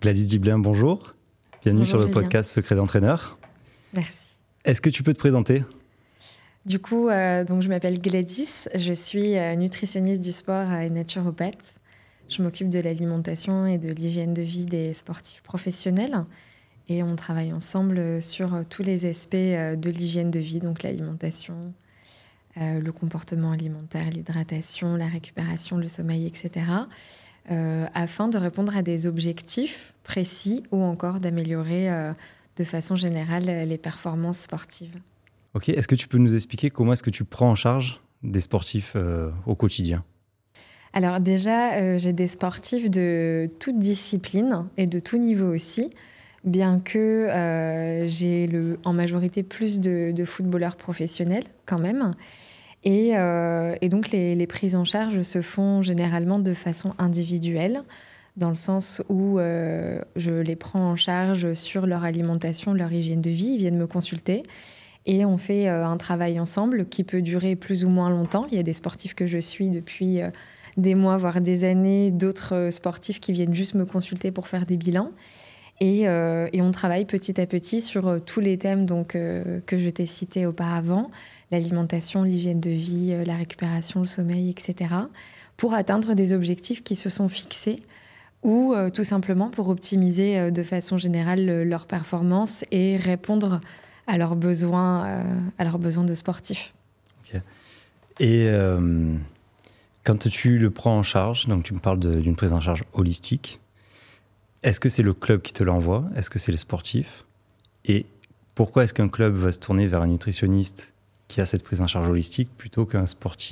Gladys Diblin, bonjour. Bienvenue Bonjour sur le Julien. podcast Secret d'entraîneur. Merci. Est-ce que tu peux te présenter ? Du coup, donc je m'appelle Gladys, je suis nutritionniste du sport et naturopathe. Je m'occupe de l'alimentation et de l'hygiène de vie des sportifs professionnels. Et on travaille ensemble sur tous les aspects de l'hygiène de vie, donc l'alimentation, le comportement alimentaire, l'hydratation, la récupération, le sommeil, etc. Afin de répondre à des objectifs précis ou encore d'améliorer de façon générale les performances sportives. Ok, est-ce que tu peux nous expliquer comment est-ce que tu prends en charge des sportifs au quotidien ? Alors déjà, j'ai des sportifs de toute discipline et de tout niveau aussi, bien que j'ai en majorité plus de footballeurs professionnels quand même. Et donc les prises en charge se font généralement de façon individuelle, dans le sens où je les prends en charge sur leur alimentation, leur hygiène de vie. Ils viennent me consulter et on fait un travail ensemble qui peut durer plus ou moins longtemps. Il y a des sportifs que je suis depuis des mois, voire des années, d'autres sportifs qui viennent juste me consulter pour faire des bilans. Et on travaille petit à petit sur tous les thèmes donc, que je t'ai cités auparavant, l'alimentation, l'hygiène de vie, la récupération, le sommeil, etc., pour atteindre des objectifs qui se sont fixés ou tout simplement pour optimiser de façon générale leur performance et répondre à leurs besoins de sportifs. Okay. Et quand tu le prends en charge, donc tu me parles d'une prise en charge holistique, est-ce que c'est le club qui te l'envoie ? Est-ce que c'est les sportifs ? Et pourquoi est-ce qu'un club va se tourner vers un nutritionniste qui a cette prise en charge holistique plutôt qu'un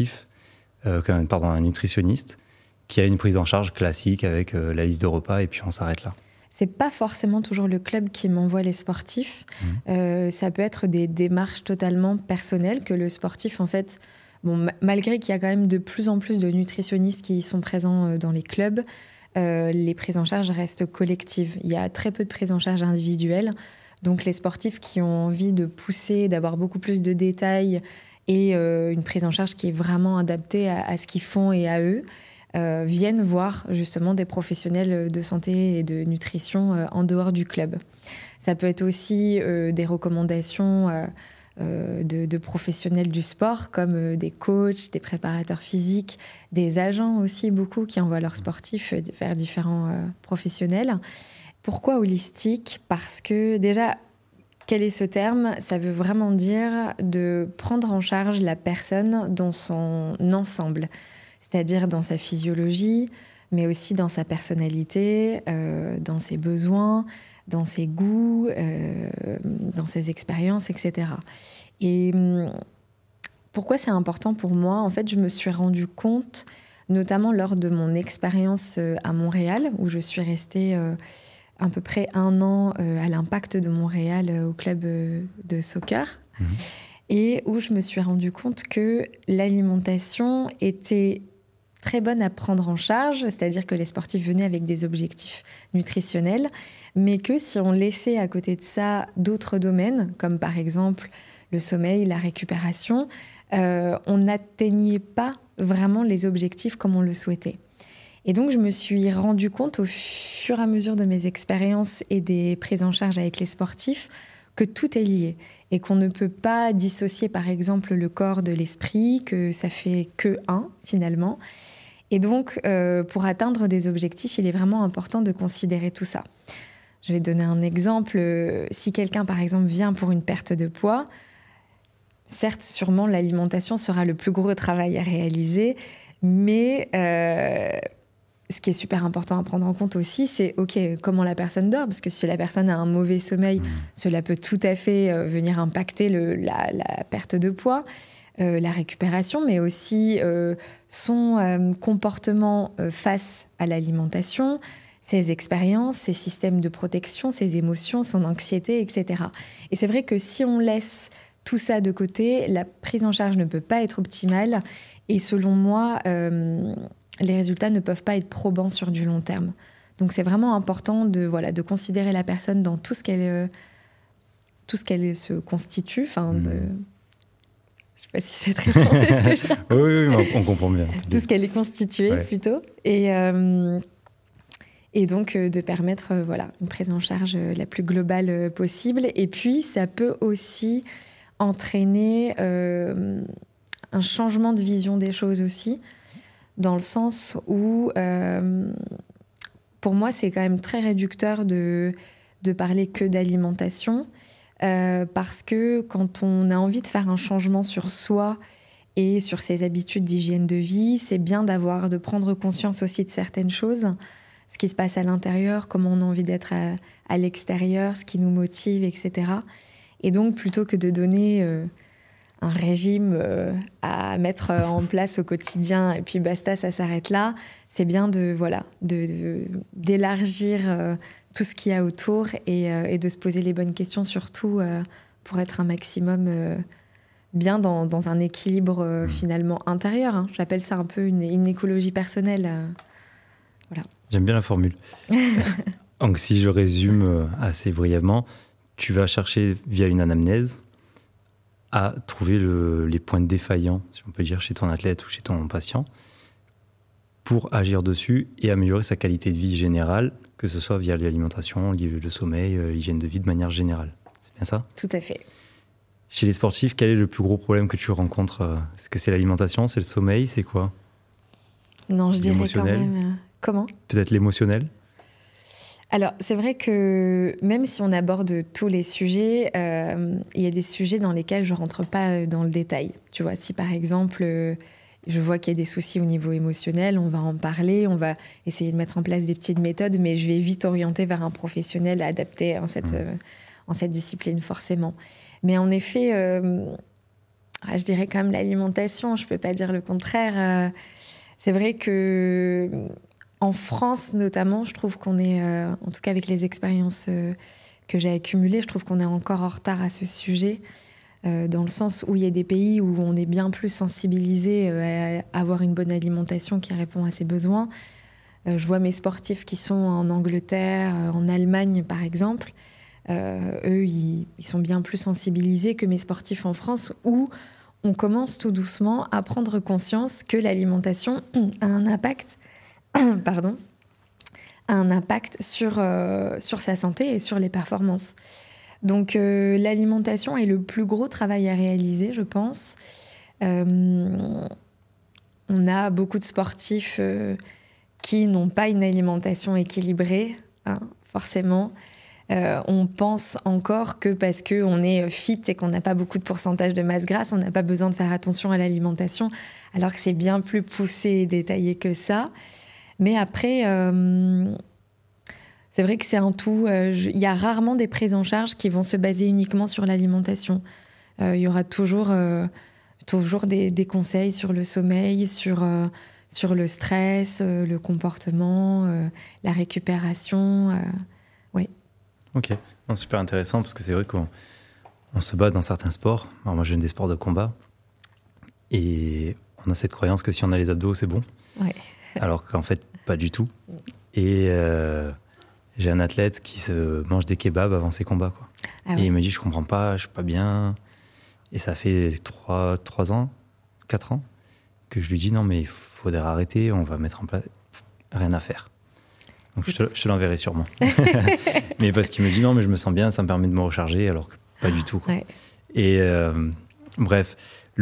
un nutritionniste qui a une prise en charge classique avec la liste de repas et puis on s'arrête là ? C'est pas forcément toujours le club qui m'envoie les sportifs. Ça peut être des démarches totalement personnelles que le sportif, en fait, malgré qu'il y a quand même de plus en plus de nutritionnistes qui sont présents dans les clubs, les prises en charge restent collectives. Il y a très peu de prises en charge individuelles. Donc les sportifs qui ont envie de pousser, d'avoir beaucoup plus de détails et une prise en charge qui est vraiment adaptée à ce qu'ils font et à eux, viennent voir justement des professionnels de santé et de nutrition en dehors du club. Ça peut être aussi des recommandations de professionnels du sport comme des coachs, des préparateurs physiques, des agents aussi beaucoup qui envoient leurs sportifs vers différents professionnels. Pourquoi holistique ? Parce que déjà, quel est ce terme ? Ça veut vraiment dire de prendre en charge la personne dans son ensemble, c'est-à-dire dans sa physiologie, mais aussi dans sa personnalité, dans ses besoins, dans ses goûts, dans ses expériences, etc. Et pourquoi c'est important pour moi ? En fait, je me suis rendu compte, notamment lors de mon expérience à Montréal, où je suis restée à peu près 1 an à l'Impact de Montréal, au club de soccer, et où je me suis rendu compte que l'alimentation était très bonne à prendre en charge, c'est-à-dire que les sportifs venaient avec des objectifs nutritionnels, mais que si on laissait à côté de ça d'autres domaines, comme par exemple le sommeil, la récupération, on n'atteignait pas vraiment les objectifs comme on le souhaitait. Et donc je me suis rendu compte au fur et à mesure de mes expériences et des prises en charge avec les sportifs que tout est lié et qu'on ne peut pas dissocier par exemple le corps de l'esprit, que ça fait que un finalement. Et donc, pour atteindre des objectifs, il est vraiment important de considérer tout ça. Je vais donner un exemple. Si quelqu'un, par exemple, vient pour une perte de poids, certes, sûrement, l'alimentation sera le plus gros travail à réaliser, mais ce qui est super important à prendre en compte aussi, c'est comment la personne dort, parce que si la personne a un mauvais sommeil, cela peut tout à fait venir impacter la perte de poids. La récupération, mais aussi son comportement face à l'alimentation, ses expériences, ses systèmes de protection, ses émotions, son anxiété, etc. Et c'est vrai que si on laisse tout ça de côté, la prise en charge ne peut pas être optimale et selon moi, les résultats ne peuvent pas être probants sur du long terme. Donc c'est vraiment important de considérer la personne dans tout ce qu'elle se constitue, je ne sais pas si c'est très français ce que je raconte. Oui, on comprend bien. Tout ce qu'elle est constituée, plutôt. Et Et donc, de permettre une prise en charge la plus globale possible. Et puis, ça peut aussi entraîner un changement de vision des choses aussi, dans le sens où, pour moi, c'est quand même très réducteur de parler que d'alimentation, parce que quand on a envie de faire un changement sur soi et sur ses habitudes d'hygiène de vie, c'est bien de prendre conscience aussi de certaines choses, ce qui se passe à l'intérieur, comment on a envie d'être à l'extérieur, ce qui nous motive, etc. Et donc, plutôt que de donner un régime à mettre en place au quotidien, et puis basta, ça s'arrête là, c'est bien d'élargir tout ce qu'il y a autour et de se poser les bonnes questions, surtout pour être un maximum bien dans un équilibre finalement intérieur. Hein. J'appelle ça un peu une écologie personnelle. Voilà. J'aime bien la formule. Donc, si je résume assez brièvement, tu vas chercher via une anamnèse à trouver les points défaillants, si on peut dire, chez ton athlète ou chez ton patient, pour agir dessus et améliorer sa qualité de vie générale, que ce soit via l'alimentation, le sommeil, l'hygiène de vie de manière générale. C'est bien ça ? Tout à fait. Chez les sportifs, quel est le plus gros problème que tu rencontres ? Est-ce que c'est l'alimentation, c'est le sommeil, c'est quoi ? Non, je dirais quand même... Comment ? Peut-être l'émotionnel ? Alors, c'est vrai que même si on aborde tous les sujets, il y a des sujets dans lesquels je ne rentre pas dans le détail. Tu vois, si par exemple, je vois qu'il y a des soucis au niveau émotionnel, on va en parler, on va essayer de mettre en place des petites méthodes, mais je vais vite orienter vers un professionnel adapté en cette discipline, forcément. Mais en effet, je dirais quand même l'alimentation, je ne peux pas dire le contraire. C'est vrai que... En France, notamment, je trouve qu'on est, en tout cas avec les expériences que j'ai accumulées, je trouve qu'on est encore en retard à ce sujet, dans le sens où il y a des pays où on est bien plus sensibilisé à avoir une bonne alimentation qui répond à ses besoins. Je vois mes sportifs qui sont en Angleterre, en Allemagne par exemple. Eux, ils sont bien plus sensibilisés que mes sportifs en France, où on commence tout doucement à prendre conscience que l'alimentation a un impact sur sa santé et sur les performances. Donc l'alimentation est le plus gros travail à réaliser, je pense. On a beaucoup de sportifs qui n'ont pas une alimentation équilibrée, hein, forcément. On pense encore que parce qu'on est fit et qu'on n'a pas beaucoup de pourcentage de masse grasse, on n'a pas besoin de faire attention à l'alimentation, alors que c'est bien plus poussé et détaillé que ça. Mais après, c'est vrai que c'est un tout. Il y a rarement des prises en charge qui vont se baser uniquement sur l'alimentation. Il y aura toujours des conseils sur le sommeil, sur le stress, le comportement, la récupération. Oui. Ok, non, super intéressant parce que c'est vrai qu'on se bat dans certains sports. Alors moi, je viens des sports de combat et on a cette croyance que si on a les abdos, c'est bon. Ouais. Alors qu'en fait, pas du tout. Et j'ai un athlète qui se mange des kebabs avant ses combats, quoi. Ah ouais. Et il me dit, je comprends pas, je suis pas bien. Et ça fait 3 ans, 4 ans, que je lui dis, non, mais il faudrait arrêter, on va mettre en place... Rien à faire. Donc je te l'enverrai sûrement. Mais parce qu'il me dit, non, mais je me sens bien, ça me permet de me recharger, alors que pas du tout, quoi. Ouais. Et bref,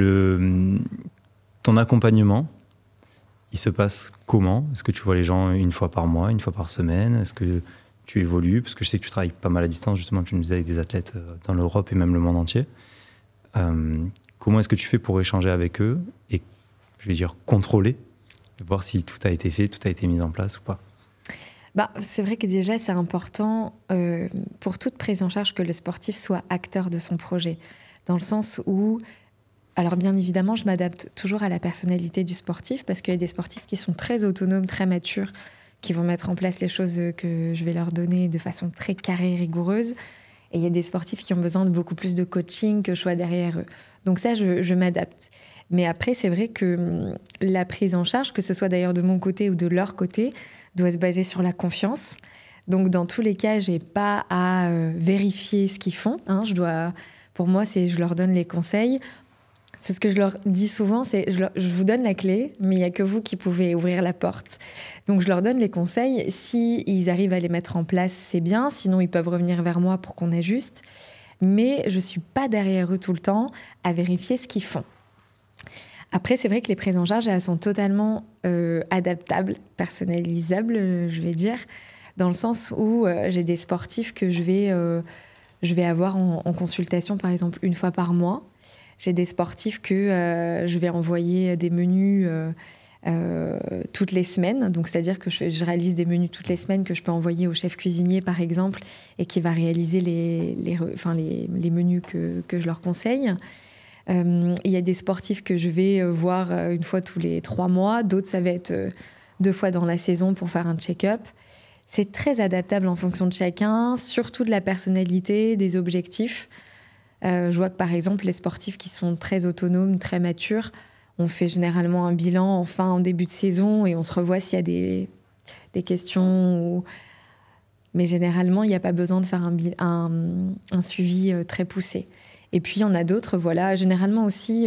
ton accompagnement, il se passe comment ? Est-ce que tu vois les gens une fois par mois, une fois par semaine ? Est-ce que tu évolues ? Parce que je sais que tu travailles pas mal à distance, justement, tu nous disais avec des athlètes dans l'Europe et même le monde entier. Comment est-ce que tu fais pour échanger avec eux et, je vais dire, contrôler, voir si tout a été fait, tout a été mis en place ou pas ? C'est vrai que déjà, c'est important pour toute prise en charge que le sportif soit acteur de son projet. Dans le sens où... Alors bien évidemment, je m'adapte toujours à la personnalité du sportif parce qu'il y a des sportifs qui sont très autonomes, très matures, qui vont mettre en place les choses que je vais leur donner de façon très carrée, rigoureuse. Et il y a des sportifs qui ont besoin de beaucoup plus de coaching, que je sois derrière eux. Donc ça, je m'adapte. Mais après, c'est vrai que la prise en charge, que ce soit d'ailleurs de mon côté ou de leur côté, doit se baser sur la confiance. Donc dans tous les cas, je n'ai pas à vérifier ce qu'ils font. Hein. Pour moi, je leur donne les conseils. C'est ce que je leur dis souvent, je vous donne la clé, mais il n'y a que vous qui pouvez ouvrir la porte. Donc je leur donne les conseils. Si ils arrivent à les mettre en place, c'est bien. Sinon, ils peuvent revenir vers moi pour qu'on ajuste. Mais je ne suis pas derrière eux tout le temps à vérifier ce qu'ils font. Après, c'est vrai que les prises en charge, elles sont totalement adaptables, personnalisables, je vais dire, dans le sens où j'ai des sportifs que je vais avoir en consultation, par exemple, 1 fois par mois. J'ai des sportifs que je vais envoyer des menus toutes les semaines. Donc, c'est-à-dire que je réalise des menus toutes les semaines que je peux envoyer au chef cuisinier, par exemple, et qui va réaliser les menus que je leur conseille. Il y a des sportifs que je vais voir 1 fois tous les 3 mois. D'autres, ça va être 2 fois dans la saison pour faire un check-up. C'est très adaptable en fonction de chacun, surtout de la personnalité, des objectifs. Je vois que, par exemple, les sportifs qui sont très autonomes, très matures, on fait généralement un bilan en début de saison et on se revoit s'il y a des questions. Mais généralement, il n'y a pas besoin de faire un suivi très poussé. Et puis, il y en a d'autres, voilà. Généralement aussi,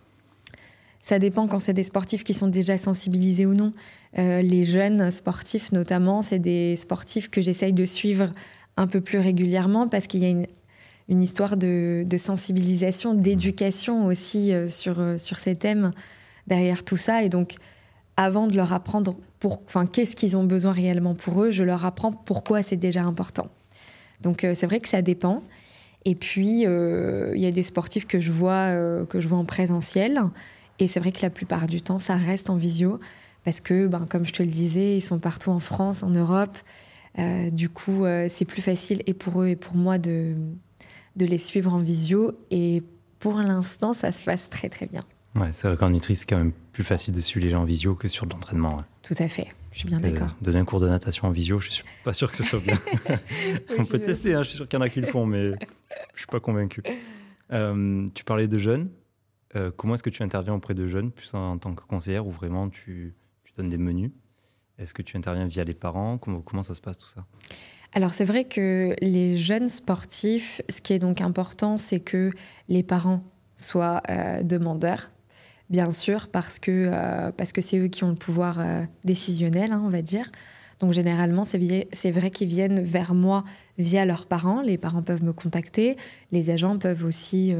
ça dépend quand c'est des sportifs qui sont déjà sensibilisés ou non. Les jeunes sportifs, notamment, c'est des sportifs que j'essaye de suivre un peu plus régulièrement parce qu'il y a une histoire de sensibilisation, d'éducation aussi sur ces thèmes derrière tout ça. Et donc, avant de leur apprendre qu'est-ce qu'ils ont besoin réellement pour eux, je leur apprends pourquoi c'est déjà important. Donc, c'est vrai que ça dépend. Et puis, il y a des sportifs que je vois en présentiel. Et c'est vrai que la plupart du temps, ça reste en visio. Parce que, comme je te le disais, ils sont partout en France, en Europe. Du coup, c'est plus facile et pour eux et pour moi de les suivre en visio. Et pour l'instant, ça se passe très, très bien. Ouais, c'est vrai qu'en nutri, c'est quand même plus facile de suivre les gens en visio que sur de l'entraînement. Ouais. Tout à fait, je suis bien d'accord. Donner un cours de natation en visio, je ne suis pas sûr que ce soit bien. Oui, on peut tester, je suis sûr qu'il y en a qui le font, mais je ne suis pas convaincu. Tu parlais de jeunes. Comment est-ce que tu interviens auprès de jeunes, plus en tant que conseillère, ou vraiment tu donnes des menus? Est-ce que tu interviens via les parents? Comment ça se passe tout ça? Alors c'est vrai que les jeunes sportifs, ce qui est donc important, c'est que les parents soient demandeurs, bien sûr, parce que c'est eux qui ont le pouvoir décisionnel, on va dire. Donc généralement, c'est vrai qu'ils viennent vers moi via leurs parents. Les parents peuvent me contacter, les agents peuvent aussi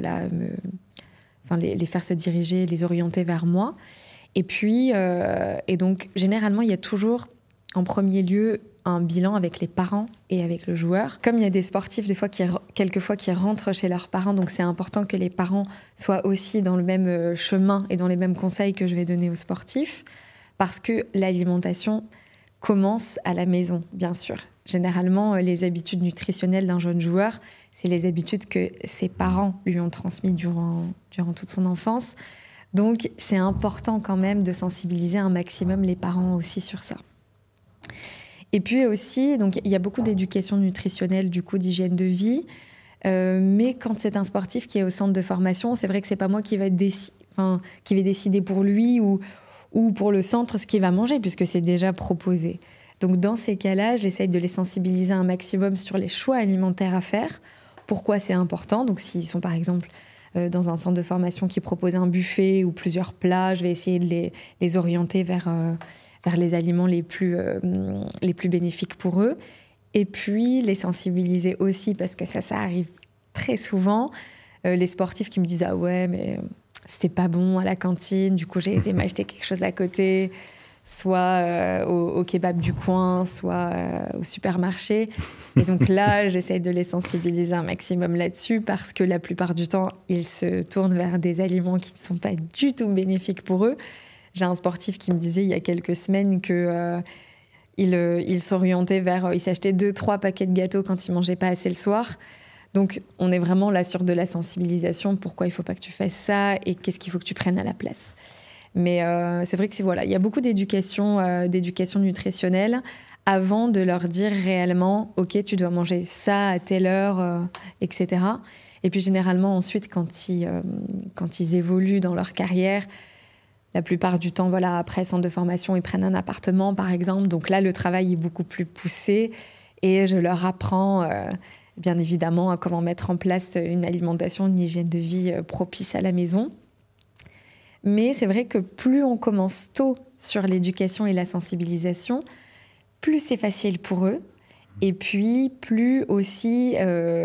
les faire se diriger, les orienter vers moi. Et puis, et donc généralement, il y a toujours en premier lieu un bilan avec les parents et avec le joueur. Comme il y a des sportifs, quelquefois, qui rentrent chez leurs parents, donc c'est important que les parents soient aussi dans le même chemin et dans les mêmes conseils que je vais donner aux sportifs, parce que l'alimentation commence à la maison, bien sûr. Généralement, les habitudes nutritionnelles d'un jeune joueur, c'est les habitudes que ses parents lui ont transmises durant toute son enfance. Donc, c'est important quand même de sensibiliser un maximum les parents aussi sur ça. Et puis aussi, donc il y a beaucoup d'éducation nutritionnelle, du coup, d'hygiène de vie. Mais quand c'est un sportif qui est au centre de formation, c'est vrai que c'est pas moi qui vais décider pour lui ou pour le centre ce qu'il va manger, puisque c'est déjà proposé. Donc dans ces cas-là, j'essaye de les sensibiliser un maximum sur les choix alimentaires à faire. Pourquoi c'est important? Donc s'ils sont par exemple dans un centre de formation qui propose un buffet ou plusieurs plats, je vais essayer de les orienter vers les aliments les plus bénéfiques pour eux. Et puis, les sensibiliser aussi, parce que ça arrive très souvent. Les sportifs qui me disent « Ah ouais, mais c'était pas bon à la cantine, du coup j'ai été m'acheter quelque chose à côté, soit au kebab du coin, soit au supermarché. » Et donc là, j'essaye de les sensibiliser un maximum là-dessus, parce que la plupart du temps, ils se tournent vers des aliments qui ne sont pas du tout bénéfiques pour eux. J'ai un sportif qui me disait il y a quelques semaines qu'il s'orientait vers... il s'achetait 2-3 paquets de gâteaux quand il mangeait pas assez le soir. Donc, on est vraiment là sur de la sensibilisation. Pourquoi il faut pas que tu fasses ça et qu'est-ce qu'il faut que tu prennes à la place. Mais c'est vrai que il y a beaucoup d'éducation nutritionnelle avant de leur dire réellement « Ok, tu dois manger ça à telle heure, etc. » Et puis, généralement, ensuite, quand ils évoluent dans leur carrière... La plupart du temps, après centre de formation, ils prennent un appartement, par exemple. Donc là, le travail est beaucoup plus poussé. Et je leur apprends, bien évidemment, à comment mettre en place une alimentation, une hygiène de vie propice à la maison. Mais c'est vrai que plus on commence tôt sur l'éducation et la sensibilisation, plus c'est facile pour eux. Et puis, plus aussi,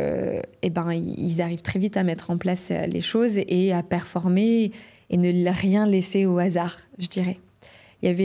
ils arrivent très vite à mettre en place les choses et à performer et ne rien laisser au hasard, je dirais. Il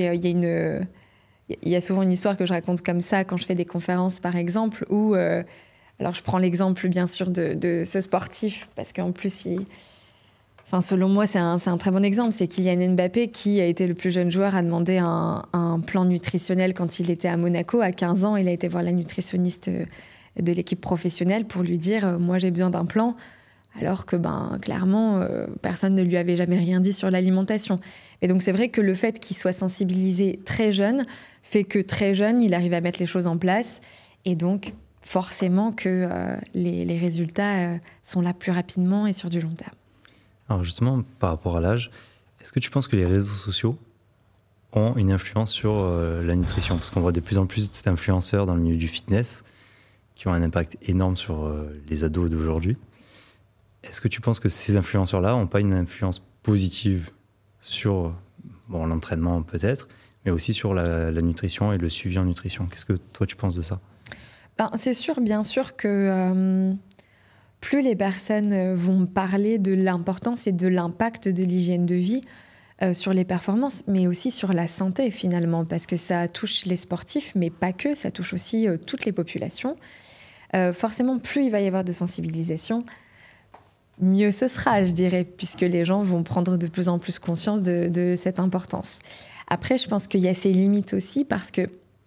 y a souvent une histoire que je raconte comme ça quand je fais des conférences, par exemple, où... alors, je prends l'exemple, bien sûr, de ce sportif, parce qu'en plus, selon moi, c'est un très bon exemple. C'est Kylian Mbappé, qui a été le plus jeune joueur à demander un plan nutritionnel quand il était à Monaco. À 15 ans, il a été voir la nutritionniste de l'équipe professionnelle pour lui dire « Moi, j'ai besoin d'un plan », alors que, clairement, personne ne lui avait jamais rien dit sur l'alimentation. Et donc, c'est vrai que le fait qu'il soit sensibilisé très jeune fait que très jeune, il arrive à mettre les choses en place. Et donc, forcément que les résultats sont là plus rapidement et sur du long terme. Alors justement, par rapport à l'âge, est-ce que tu penses que les réseaux sociaux ont une influence sur la nutrition ? Parce qu'on voit de plus en plus d'influenceurs dans le milieu du fitness qui ont un impact énorme sur les ados d'aujourd'hui. Est-ce que tu penses que ces influenceurs-là n'ont pas une influence positive sur l'entraînement peut-être, mais aussi sur la nutrition et le suivi en nutrition ? Qu'est-ce que toi tu penses de ça ? C'est sûr, bien sûr que plus les personnes vont parler de l'importance et de l'impact de l'hygiène de vie sur les performances, mais aussi sur la santé finalement, parce que ça touche les sportifs, mais pas que, ça touche aussi toutes les populations. Forcément, plus il va y avoir de sensibilisation, mieux ce sera, je dirais, puisque les gens vont prendre de plus en plus conscience de cette importance. Après, je pense qu'il y a ses limites aussi, parce que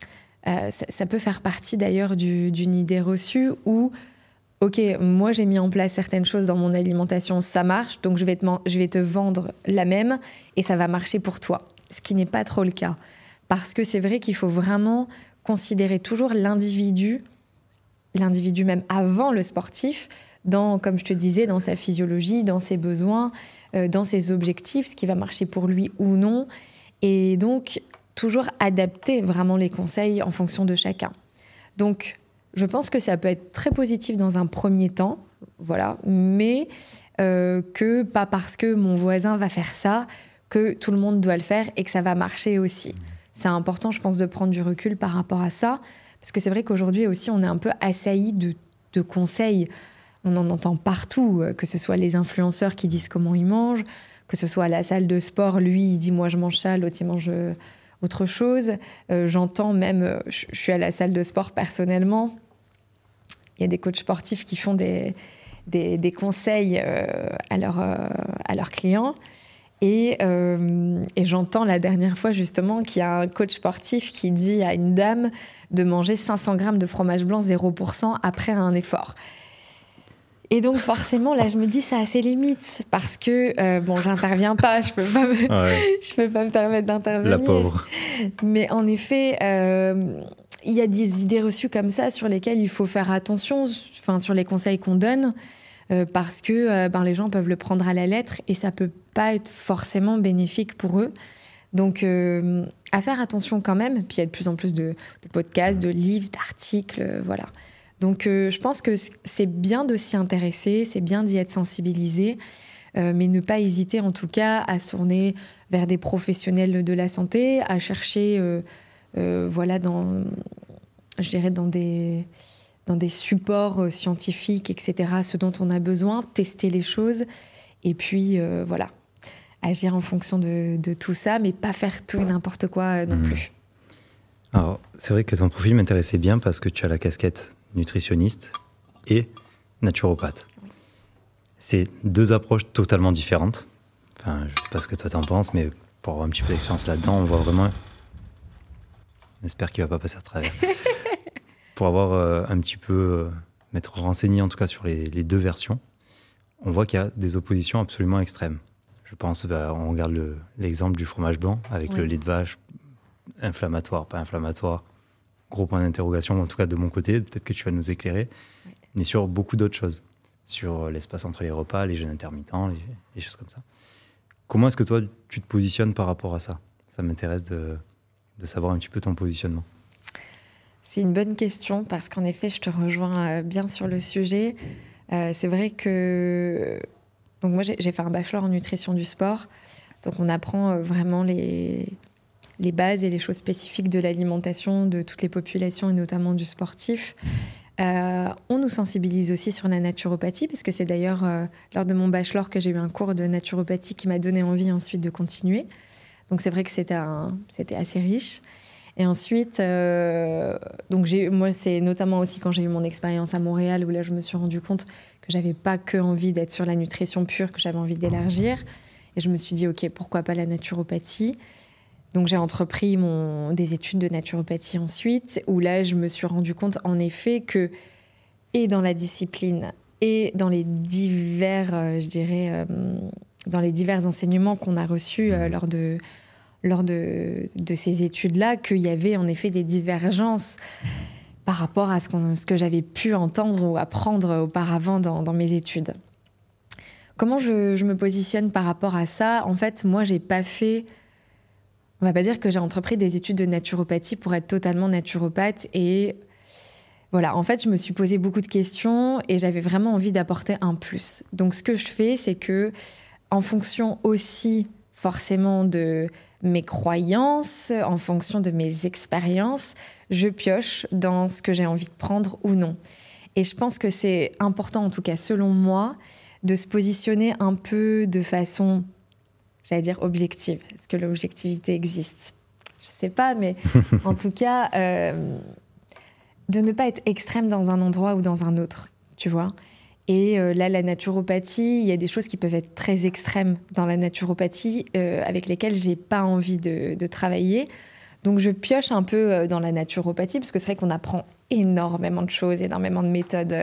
ça peut faire partie d'ailleurs d'une idée reçue où, ok, moi j'ai mis en place certaines choses dans mon alimentation, ça marche, donc je vais te vendre la même et ça va marcher pour toi. Ce qui n'est pas trop le cas. Parce que c'est vrai qu'il faut vraiment considérer toujours l'individu même avant le sportif, comme je te disais, dans sa physiologie, dans ses besoins, dans ses objectifs, ce qui va marcher pour lui ou non. Et donc, toujours adapter vraiment les conseils en fonction de chacun. Donc, je pense que ça peut être très positif dans un premier temps, voilà, mais que pas parce que mon voisin va faire ça que tout le monde doit le faire et que ça va marcher aussi. C'est important, je pense, de prendre du recul par rapport à ça, parce que c'est vrai qu'aujourd'hui aussi, on est un peu assailli de conseils. On en entend partout, que ce soit les influenceurs qui disent comment ils mangent, que ce soit à la salle de sport, lui, il dit « moi, je mange ça », l'autre, il mange autre chose. J'entends même, je suis à la salle de sport personnellement, il y a des coachs sportifs qui font des conseils à leurs clients. Et j'entends la dernière fois justement qu'il y a un coach sportif qui dit à une dame de manger 500 grammes de fromage blanc 0% après un effort. Et donc forcément, là, je me dis, ça a ses limites, parce que, j'interviens pas, je peux pas me permettre d'intervenir. La pauvre. Mais en effet, il y a des idées reçues comme ça sur lesquelles il faut faire attention, sur les conseils qu'on donne, parce que les gens peuvent le prendre à la lettre et ça peut pas être forcément bénéfique pour eux. Donc, à faire attention quand même. Puis il y a de plus en plus de podcasts, de livres, d'articles, voilà. Donc, je pense que c'est bien de s'y intéresser, c'est bien d'y être sensibilisé, mais ne pas hésiter en tout cas à se tourner vers des professionnels de la santé, à chercher, dans des supports scientifiques, etc., ce dont on a besoin, tester les choses, et puis, agir en fonction de tout ça, mais pas faire tout et n'importe quoi non plus. Alors, c'est vrai que ton profil m'intéressait bien parce que tu as la casquette nutritionniste et naturopathe. C'est deux approches totalement différentes. Enfin, je sais pas ce que toi t'en penses, mais pour avoir un petit peu d'expérience là-dedans, on voit vraiment... J'espère qu'il va pas passer à travers. Pour avoir un petit peu... m'être renseigné en tout cas sur les deux versions, on voit qu'il y a des oppositions absolument extrêmes. Je pense, on regarde l'exemple du fromage blanc avec le lait de vache, inflammatoire, pas inflammatoire, gros point d'interrogation, en tout cas de mon côté, peut-être que tu vas nous éclairer, mais sur beaucoup d'autres choses, sur l'espace entre les repas, les jeûnes intermittents, les choses comme ça. Comment est-ce que toi, tu te positionnes par rapport à ça ? Ça m'intéresse de savoir un petit peu ton positionnement. C'est une bonne question, parce qu'en effet, je te rejoins bien sur le sujet. C'est vrai que... Donc moi, j'ai fait un bachelor en nutrition du sport. Donc on apprend vraiment les bases et les choses spécifiques de l'alimentation de toutes les populations et notamment du sportif. On nous sensibilise aussi sur la naturopathie, parce que c'est d'ailleurs lors de mon bachelor que j'ai eu un cours de naturopathie qui m'a donné envie ensuite de continuer. Donc c'est vrai que c'était assez riche. Et ensuite, moi, c'est notamment aussi quand j'ai eu mon expérience à Montréal, où là, je me suis rendu compte que j'avais pas que envie d'être sur la nutrition pure, que j'avais envie d'élargir. Et je me suis dit, OK, pourquoi pas la naturopathie ? Donc j'ai entrepris des études de naturopathie ensuite, où là, je me suis rendu compte, en effet, que, et dans la discipline, et dans les divers, dans les divers enseignements qu'on a reçus lors de ces études-là, qu'il y avait en effet des divergences par rapport à ce que j'avais pu entendre ou apprendre auparavant dans mes études. Comment je me positionne par rapport à ça ? En fait, moi, j'ai pas fait... On va pas dire que j'ai entrepris des études de naturopathie pour être totalement naturopathe. Et voilà, en fait, je me suis posé beaucoup de questions et j'avais vraiment envie d'apporter un plus. Donc, ce que je fais, c'est que, en fonction aussi, forcément, de mes croyances, en fonction de mes expériences, je pioche dans ce que j'ai envie de prendre ou non. Et je pense que c'est important, en tout cas selon moi, de se positionner un peu de façon, j'allais dire objective. Est-ce que l'objectivité existe ? Je sais pas, mais en tout cas, de ne pas être extrême dans un endroit ou dans un autre, tu vois. Et là, la naturopathie, il y a des choses qui peuvent être très extrêmes dans la naturopathie avec lesquelles j'ai pas envie de travailler. Donc, je pioche un peu dans la naturopathie parce que c'est vrai qu'on apprend énormément de choses, énormément de méthodes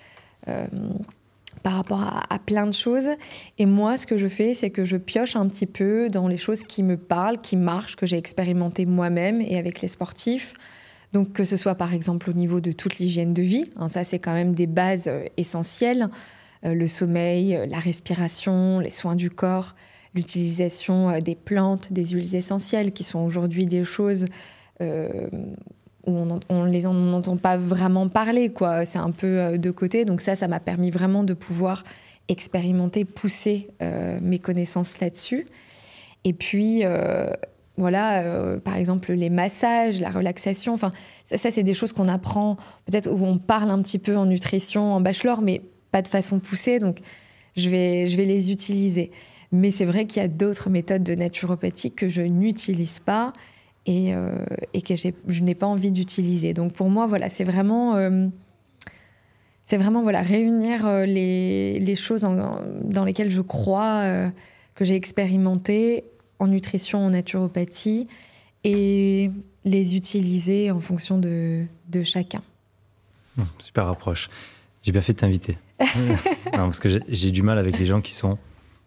par rapport à plein de choses. Et moi, ce que je fais, c'est que je pioche un petit peu dans les choses qui me parlent, qui marchent, que j'ai expérimentées moi-même et avec les sportifs. Donc, que ce soit par exemple au niveau de toute l'hygiène de vie, hein, ça c'est quand même des bases essentielles, le sommeil, la respiration, les soins du corps, l'utilisation des plantes, des huiles essentielles, qui sont aujourd'hui des choses où on n'entend pas vraiment parler, quoi. C'est un peu de côté, donc ça m'a permis vraiment de pouvoir expérimenter, pousser mes connaissances là-dessus. Et puis... par exemple, les massages, la relaxation, enfin, ça c'est des choses qu'on apprend, peut-être où on parle un petit peu en nutrition, en bachelor, mais pas de façon poussée, donc je vais les utiliser. Mais c'est vrai qu'il y a d'autres méthodes de naturopathie que je n'utilise pas et que je n'ai pas envie d'utiliser. Donc pour moi, voilà, c'est vraiment réunir les choses dans lesquelles je crois, que j'ai expérimentées, en nutrition, en naturopathie, et les utiliser en fonction de chacun. Super approche. J'ai bien fait de t'inviter. Non, parce que j'ai du mal avec les gens qui sont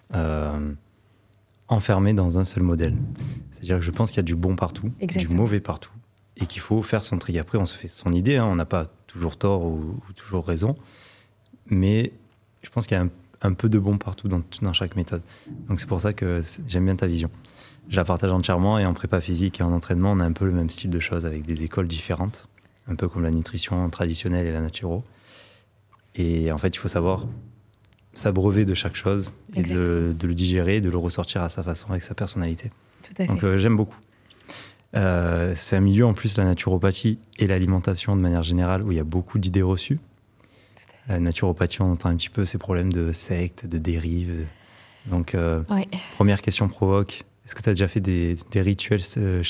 enfermés dans un seul modèle. C'est-à-dire que je pense qu'il y a du bon partout, Exactement. Du mauvais partout, et qu'il faut faire son tri. Après, on se fait son idée, hein, on n'a pas toujours tort ou toujours raison, mais je pense qu'il y a un peu de bon partout dans chaque méthode. Donc c'est pour ça que j'aime bien ta vision. Je la partage entièrement, et en prépa physique et en entraînement, on a un peu le même style de choses avec des écoles différentes, un peu comme la nutrition traditionnelle et la naturo. Et en fait, il faut savoir s'abreuver de chaque chose et de le digérer, de le ressortir à sa façon, avec sa personnalité. Tout à fait. Donc j'aime beaucoup. C'est un milieu, en plus, la naturopathie et l'alimentation de manière générale, où il y a beaucoup d'idées reçues. La naturopathie, on entend un petit peu ces problèmes de sectes, de dérives. Donc, Première question provoque, est-ce que tu as déjà fait des rituels chamaniques ?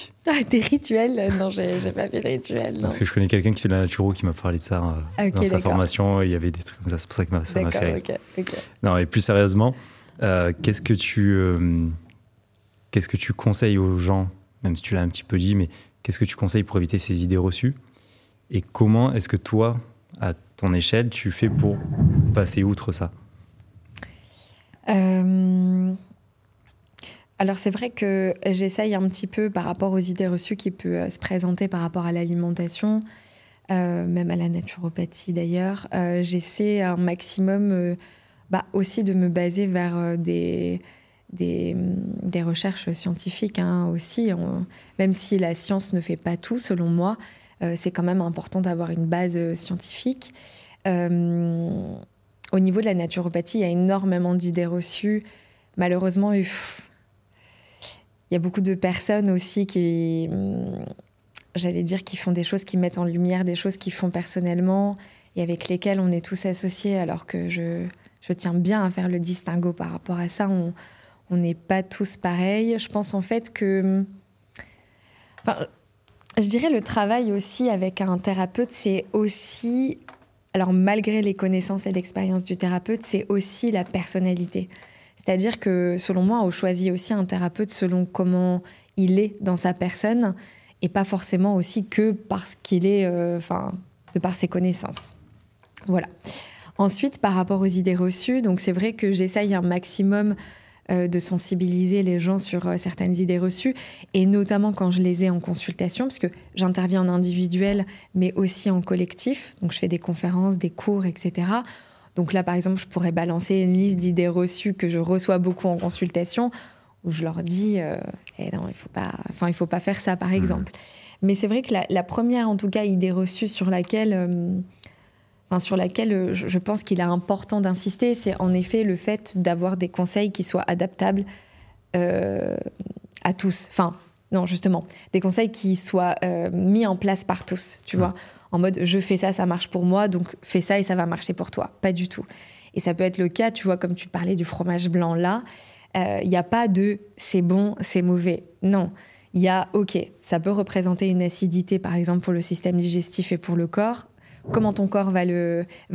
Des rituels ? Non, j'ai pas fait de rituels. Non. Parce que je connais quelqu'un qui fait de la naturo qui m'a parlé de ça dans sa formation. Il y avait des trucs comme ça, c'est pour ça que ça m'a fait rire. Okay. Non, et plus sérieusement, qu'est-ce que tu conseilles aux gens, même si tu l'as un petit peu dit, mais qu'est-ce que tu conseilles pour éviter ces idées reçues ? Et comment est-ce que toi, à ton échelle, tu fais pour passer outre ça ? Alors c'est vrai que j'essaye un petit peu par rapport aux idées reçues qui peuvent se présenter par rapport à l'alimentation, même à la naturopathie d'ailleurs. J'essaie un maximum aussi de me baser vers des recherches scientifiques, hein, aussi. Même si la science ne fait pas tout, selon moi, c'est quand même important d'avoir une base scientifique. Au niveau de la naturopathie, il y a énormément d'idées reçues. Malheureusement, y a beaucoup de personnes aussi qui, j'allais dire, qui font des choses, qui mettent en lumière des choses qu'ils font personnellement et avec lesquelles on est tous associés, alors que je tiens bien à faire le distinguo par rapport à ça. On n'est pas tous pareils. Je pense en fait que... Enfin, je dirais le travail aussi avec un thérapeute, c'est aussi... Alors, malgré les connaissances et l'expérience du thérapeute, c'est aussi la personnalité. C'est-à-dire que, selon moi, on choisit aussi un thérapeute selon comment il est dans sa personne et pas forcément aussi que parce qu'il est... de par ses connaissances. Voilà. Ensuite, par rapport aux idées reçues, donc c'est vrai que j'essaye un maximum de sensibiliser les gens sur certaines idées reçues, et notamment quand je les ai en consultation, parce que j'interviens en individuel, mais aussi en collectif. Donc je fais des conférences, des cours, etc. Donc là, par exemple, je pourrais balancer une liste d'idées reçues que je reçois beaucoup en consultation, où je leur dis non, il faut pas faire ça, par exemple. Mais c'est vrai que la première, en tout cas, idée reçue sur laquelle je pense qu'il est important d'insister, c'est en effet le fait d'avoir des conseils qui soient adaptables à tous. Enfin, non, justement, des conseils qui soient mis en place par tous, tu vois. En mode, je fais ça, ça marche pour moi, donc fais ça et ça va marcher pour toi. Pas du tout. Et ça peut être le cas, tu vois, comme tu parlais du fromage blanc là, il n'y a pas de « c'est bon, c'est mauvais ». Non. Il y a, OK, ça peut représenter une acidité, par exemple, pour le système digestif et pour le corps. Comment ton corps va l'assimiler ?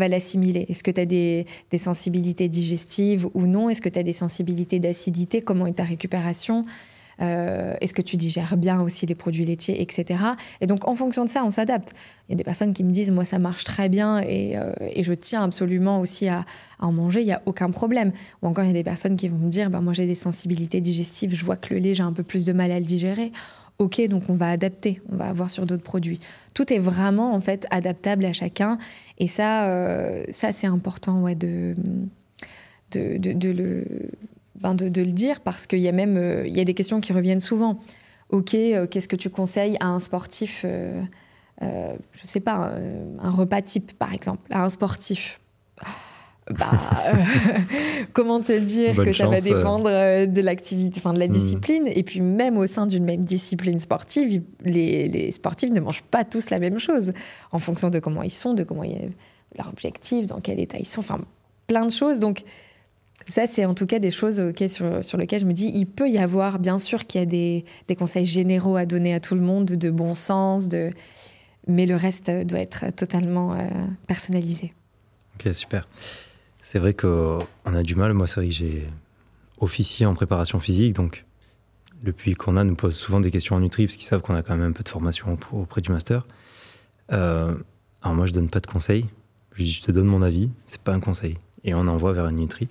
Est-ce que tu as des sensibilités digestives ou non ? Est-ce que tu as des sensibilités d'acidité ? Comment est ta récupération ? Est-ce que tu digères bien aussi les produits laitiers, etc. Et donc, en fonction de ça, on s'adapte. Il y a des personnes qui me disent « moi, ça marche très bien et je tiens absolument aussi à en manger, il n'y a aucun problème ». Ou encore, il y a des personnes qui vont me dire « moi, j'ai des sensibilités digestives, je vois que le lait, j'ai un peu plus de mal à le digérer ». OK, donc on va adapter, on va avoir sur d'autres produits. Tout est vraiment, en fait, adaptable à chacun. Et ça c'est important, ouais, de le dire, parce qu'il y a même il y a des questions qui reviennent souvent. OK, qu'est-ce que tu conseilles à un sportif je sais pas, un repas type, par exemple, à un sportif. Comment te dire que ça va dépendre de l'activité, enfin de la discipline. Et puis même au sein d'une même discipline sportive, les sportifs ne mangent pas tous la même chose en fonction de comment ils sont, de comment leur objectif, dans quel état ils sont, enfin plein de choses. Donc ça, c'est en tout cas des choses sur lesquelles je me dis, il peut y avoir, bien sûr qu'il y a des conseils généraux à donner à tout le monde, de bon sens, mais le reste doit être totalement personnalisé. Ok, super. C'est vrai qu'on a du mal. Moi, c'est vrai que j'ai officié en préparation physique, donc le public qu'on a nous pose souvent des questions en nutri, parce qu'ils savent qu'on a quand même un peu de formation auprès du master. Alors moi, je donne pas de conseils. Je dis, je te donne mon avis, c'est pas un conseil. Et on envoie vers une nutri.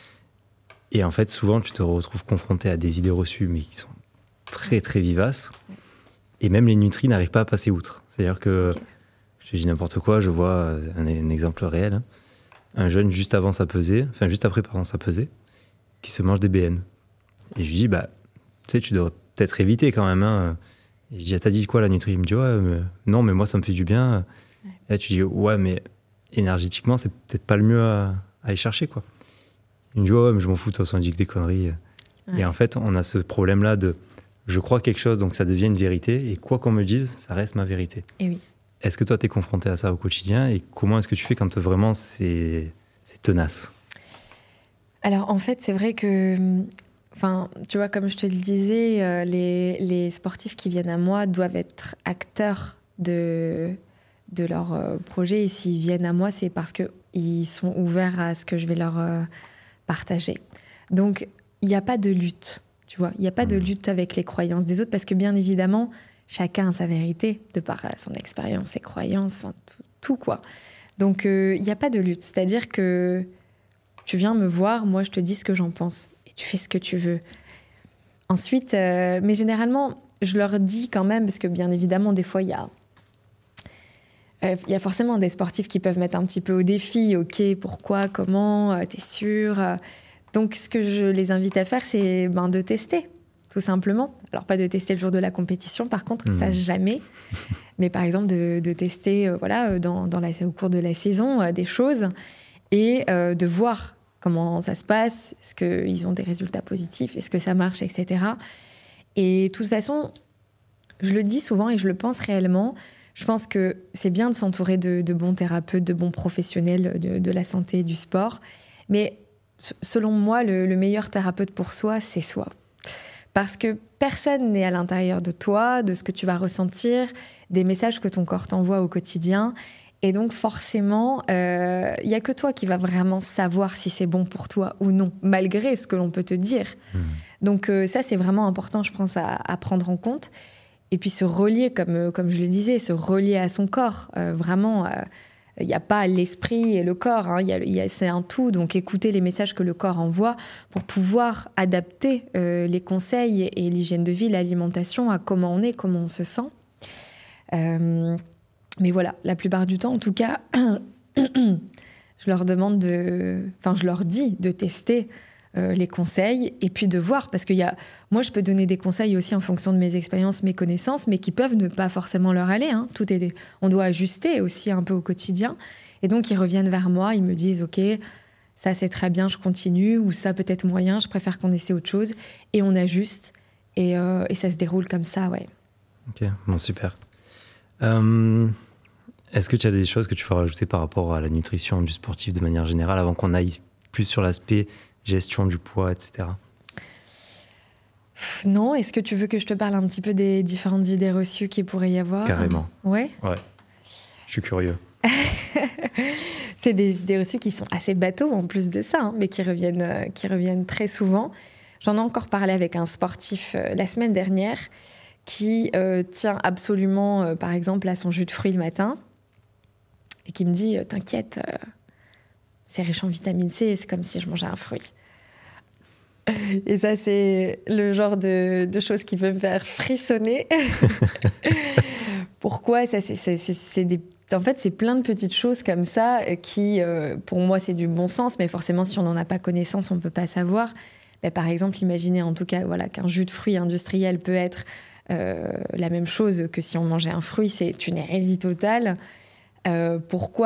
Et en fait, souvent, tu te retrouves confronté à des idées reçues, mais qui sont très, très vivaces. Et même les nutris n'arrivent pas à passer outre. C'est-à-dire que, je te dis n'importe quoi, je vois un exemple réel, hein. Un jeune juste après sa pesée, qui se mange des BN. Et je lui dis, tu sais, tu devrais peut-être éviter quand même, hein. Et je dis, t'as dit quoi la nutri ? Il me dit, non, mais moi ça me fait du bien. Ouais. Et là tu dis, ouais, mais énergétiquement, c'est peut-être pas le mieux à aller chercher, quoi. Il me dit, ouais, mais je m'en fous, de toute façon, on dit que des conneries. Ouais. Et en fait, on a ce problème-là de, je crois quelque chose, donc ça devient une vérité, et quoi qu'on me dise, ça reste ma vérité. Et oui. Est-ce que toi, tu es confronté à ça au quotidien et comment est-ce que tu fais quand vraiment c'est tenace ? Alors, en fait, c'est vrai que, tu vois, comme je te le disais, les sportifs qui viennent à moi doivent être acteurs de leur projet. Et s'ils viennent à moi, c'est parce qu'ils sont ouverts à ce que je vais leur partager. Donc, il n'y a pas de lutte, tu vois. Il n'y a pas de lutte avec les croyances des autres parce que, bien évidemment, chacun a sa vérité, de par son expérience, ses croyances, enfin tout quoi. Donc, il n'y a pas de lutte. C'est-à-dire que tu viens me voir, moi, je te dis ce que j'en pense. Et tu fais ce que tu veux. Ensuite, mais généralement, je leur dis quand même, parce que bien évidemment, des fois, il y a forcément des sportifs qui peuvent mettre un petit peu au défi. OK, pourquoi, comment, t'es sûr ? Donc, ce que je les invite à faire, c'est de tester. Tout simplement. Alors, pas de tester le jour de la compétition, par contre, ça jamais. Mais par exemple, de tester au cours de la saison des choses et de voir comment ça se passe. Est-ce qu'ils ont des résultats positifs ? Est-ce que ça marche, etc. Et de toute façon, je le dis souvent et je le pense réellement, je pense que c'est bien de s'entourer de bons thérapeutes, de bons professionnels de la santé et du sport. Mais selon moi, le meilleur thérapeute pour soi, c'est soi. Parce que personne n'est à l'intérieur de toi, de ce que tu vas ressentir, des messages que ton corps t'envoie au quotidien. Et donc forcément, il n'y a que toi qui vas vraiment savoir si c'est bon pour toi ou non, malgré ce que l'on peut te dire. Donc ça, c'est vraiment important, je pense, à prendre en compte. Et puis se relier, comme je le disais, se relier à son corps. Vraiment, il n'y a pas l'esprit et le corps, hein, c'est un tout. Donc écouter les messages que le corps envoie pour pouvoir adapter les conseils et l'hygiène de vie, l'alimentation à comment on est, comment on se sent. Mais voilà, la plupart du temps, en tout cas, je leur dis de tester les conseils et puis de voir, parce que moi, je peux donner des conseils aussi en fonction de mes expériences, mes connaissances, mais qui peuvent ne pas forcément leur aller. Hein. On doit ajuster aussi un peu au quotidien. Et donc, ils reviennent vers moi, ils me disent « Ok, ça c'est très bien, je continue » ou « Ça peut-être moyen, je préfère qu'on essaie autre chose ». Et on ajuste et ça se déroule comme ça, ouais. Ok, bon, super. Est-ce que tu as des choses que tu veux rajouter par rapport à la nutrition du sportif de manière générale avant qu'on aille plus sur l'aspect gestion du poids, etc. Non, est-ce que tu veux que je te parle un petit peu des différentes idées reçues qu'il pourrait y avoir ? Carrément. Ouais. Je suis curieux. C'est des idées reçues qui sont assez bateaux en plus de ça, hein, mais qui reviennent très souvent. J'en ai encore parlé avec un sportif la semaine dernière qui tient absolument, par exemple, à son jus de fruits le matin et qui me dit « T'inquiète, c'est riche en vitamine C, c'est comme si je mangeais un fruit. » Et ça, c'est le genre de choses qui peut me faire frissonner. Pourquoi ça, en fait, c'est plein de petites choses comme ça qui, pour moi, c'est du bon sens, mais forcément, si on n'en a pas connaissance, on ne peut pas savoir. Mais par exemple, imaginez en tout cas qu'un jus de fruits industriel peut être la même chose que si on mangeait un fruit, c'est une hérésie totale. Pourquoi ?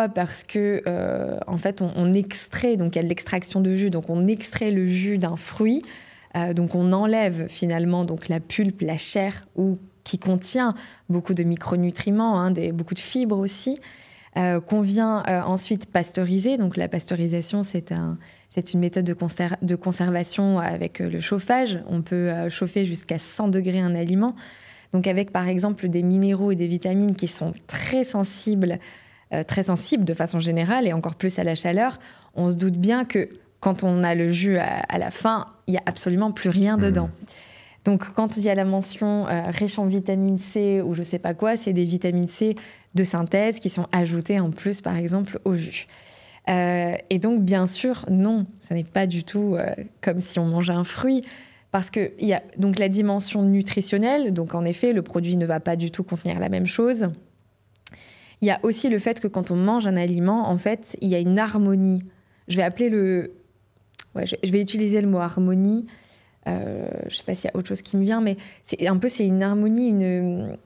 Parce que en fait, on extrait, donc il y a de l'extraction de jus, donc on extrait le jus d'un fruit, donc on enlève finalement donc la pulpe, la chair, qui contient beaucoup de micronutriments, hein, beaucoup de fibres aussi, qu'on vient ensuite pasteuriser. Donc la pasteurisation, c'est une méthode de conservation avec le chauffage. On peut chauffer jusqu'à 100 degrés un aliment. Donc avec par exemple des minéraux et des vitamines qui sont très sensibles de façon générale et encore plus à la chaleur, on se doute bien que quand on a le jus à la fin, il n'y a absolument plus rien dedans. Donc quand il y a la mention riche en vitamine C ou je ne sais pas quoi, c'est des vitamines C de synthèse qui sont ajoutées en plus par exemple au jus. Et donc bien sûr, non, ce n'est pas du tout comme si on mangeait un fruit. Parce qu'il y a donc la dimension nutritionnelle, donc en effet, le produit ne va pas du tout contenir la même chose. Il y a aussi le fait que quand on mange un aliment, en fait, il y a une harmonie. Je vais utiliser le mot harmonie. Je ne sais pas s'il y a autre chose qui me vient, mais c'est une harmonie, une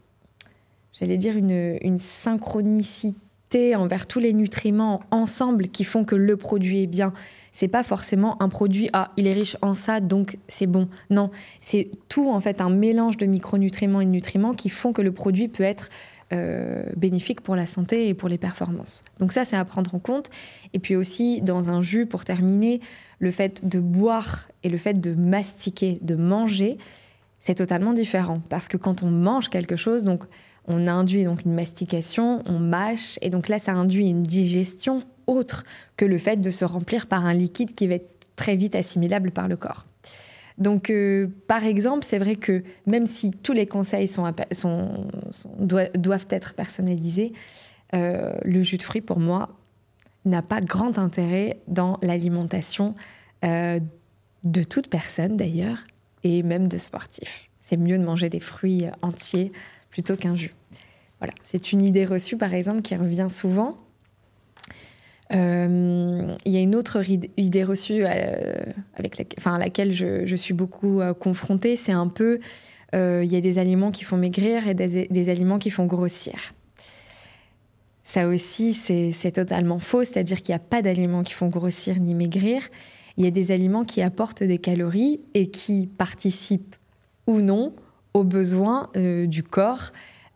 synchronicité envers tous les nutriments ensemble qui font que le produit est bien. C'est pas forcément un produit, il est riche en ça, donc c'est bon. Non, c'est tout en fait un mélange de micronutriments et de nutriments qui font que le produit peut être bénéfique pour la santé et pour les performances. Donc ça, c'est à prendre en compte. Et puis aussi, dans un jus, pour terminer, le fait de boire et le fait de mastiquer, de manger, c'est totalement différent. Parce que quand on mange quelque chose, donc on induit donc une mastication, on mâche, et donc là, ça induit une digestion autre que le fait de se remplir par un liquide qui va être très vite assimilable par le corps. Donc, par exemple, c'est vrai que même si tous les conseils doivent être personnalisés, le jus de fruits, pour moi, n'a pas grand intérêt dans l'alimentation de toute personne, d'ailleurs, et même de sportifs. C'est mieux de manger des fruits entiers plutôt qu'un jus. Voilà, c'est une idée reçue, par exemple, qui revient souvent. Il y a une autre idée reçue à laquelle je suis beaucoup confrontée, c'est un peu il y a des aliments qui font maigrir et des aliments qui font grossir. Ça aussi, c'est totalement faux, c'est-à-dire qu'il n'y a pas d'aliments qui font grossir ni maigrir. Il y a des aliments qui apportent des calories et qui participent ou non aux besoins du corps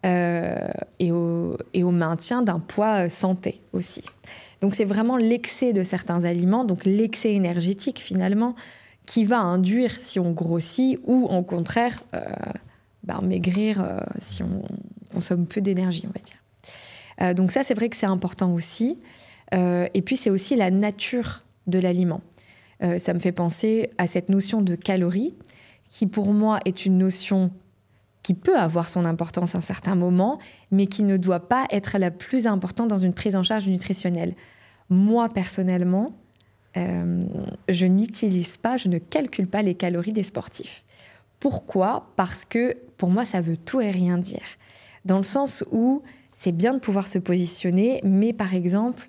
et au maintien d'un poids santé aussi. Donc c'est vraiment l'excès de certains aliments, donc l'excès énergétique finalement, qui va induire si on grossit ou au contraire maigrir si on consomme peu d'énergie, on va dire. Donc ça, c'est vrai que c'est important aussi. Et puis c'est aussi la nature de l'aliment. Ça me fait penser à cette notion de calories, qui pour moi est une notion qui peut avoir son importance à un certain moment, mais qui ne doit pas être la plus importante dans une prise en charge nutritionnelle. Moi, personnellement, je ne calcule pas les calories des sportifs. Pourquoi ? Parce que pour moi, ça veut tout et rien dire. Dans le sens où c'est bien de pouvoir se positionner, mais par exemple,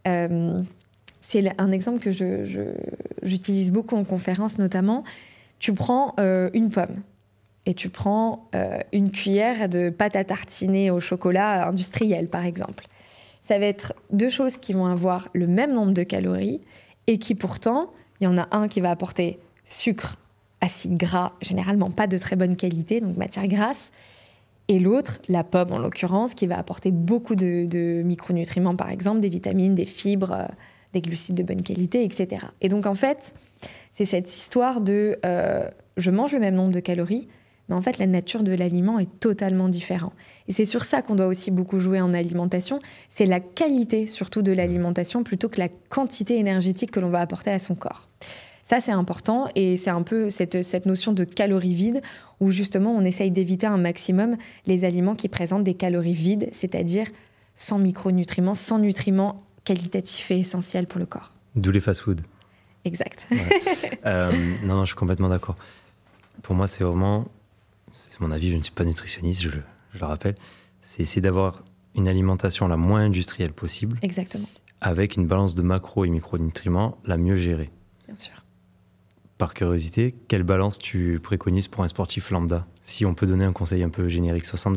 c'est un exemple que j'utilise beaucoup en conférence notamment. Tu prends une pomme et tu prends une cuillère de pâte à tartiner au chocolat industriel, par exemple. Ça va être deux choses qui vont avoir le même nombre de calories et qui pourtant, il y en a un qui va apporter sucre, acide gras, généralement pas de très bonne qualité, donc matière grasse, et l'autre, la pomme en l'occurrence, qui va apporter beaucoup de micronutriments, par exemple, des vitamines, des fibres, des glucides de bonne qualité, etc. Et donc en fait, c'est cette histoire de je mange le même nombre de calories, mais en fait, la nature de l'aliment est totalement différente. Et c'est sur ça qu'on doit aussi beaucoup jouer en alimentation. C'est la qualité, surtout, de l'alimentation, plutôt que la quantité énergétique que l'on va apporter à son corps. Ça, c'est important. Et c'est un peu cette notion de calories vides, où justement, on essaye d'éviter un maximum les aliments qui présentent des calories vides, c'est-à-dire sans micronutriments, sans nutriments qualitatifs et essentiels pour le corps. D'où les fast-food. Exact. Ouais. Non, je suis complètement d'accord. Pour moi, c'est vraiment... C'est mon avis, je ne suis pas nutritionniste, je le rappelle. C'est essayer d'avoir une alimentation la moins industrielle possible. Exactement. Avec une balance de macro et micronutriments la mieux gérée. Bien sûr. Par curiosité, quelle balance tu préconises pour un sportif lambda ? Si on peut donner un conseil un peu générique, 60-20-20 ?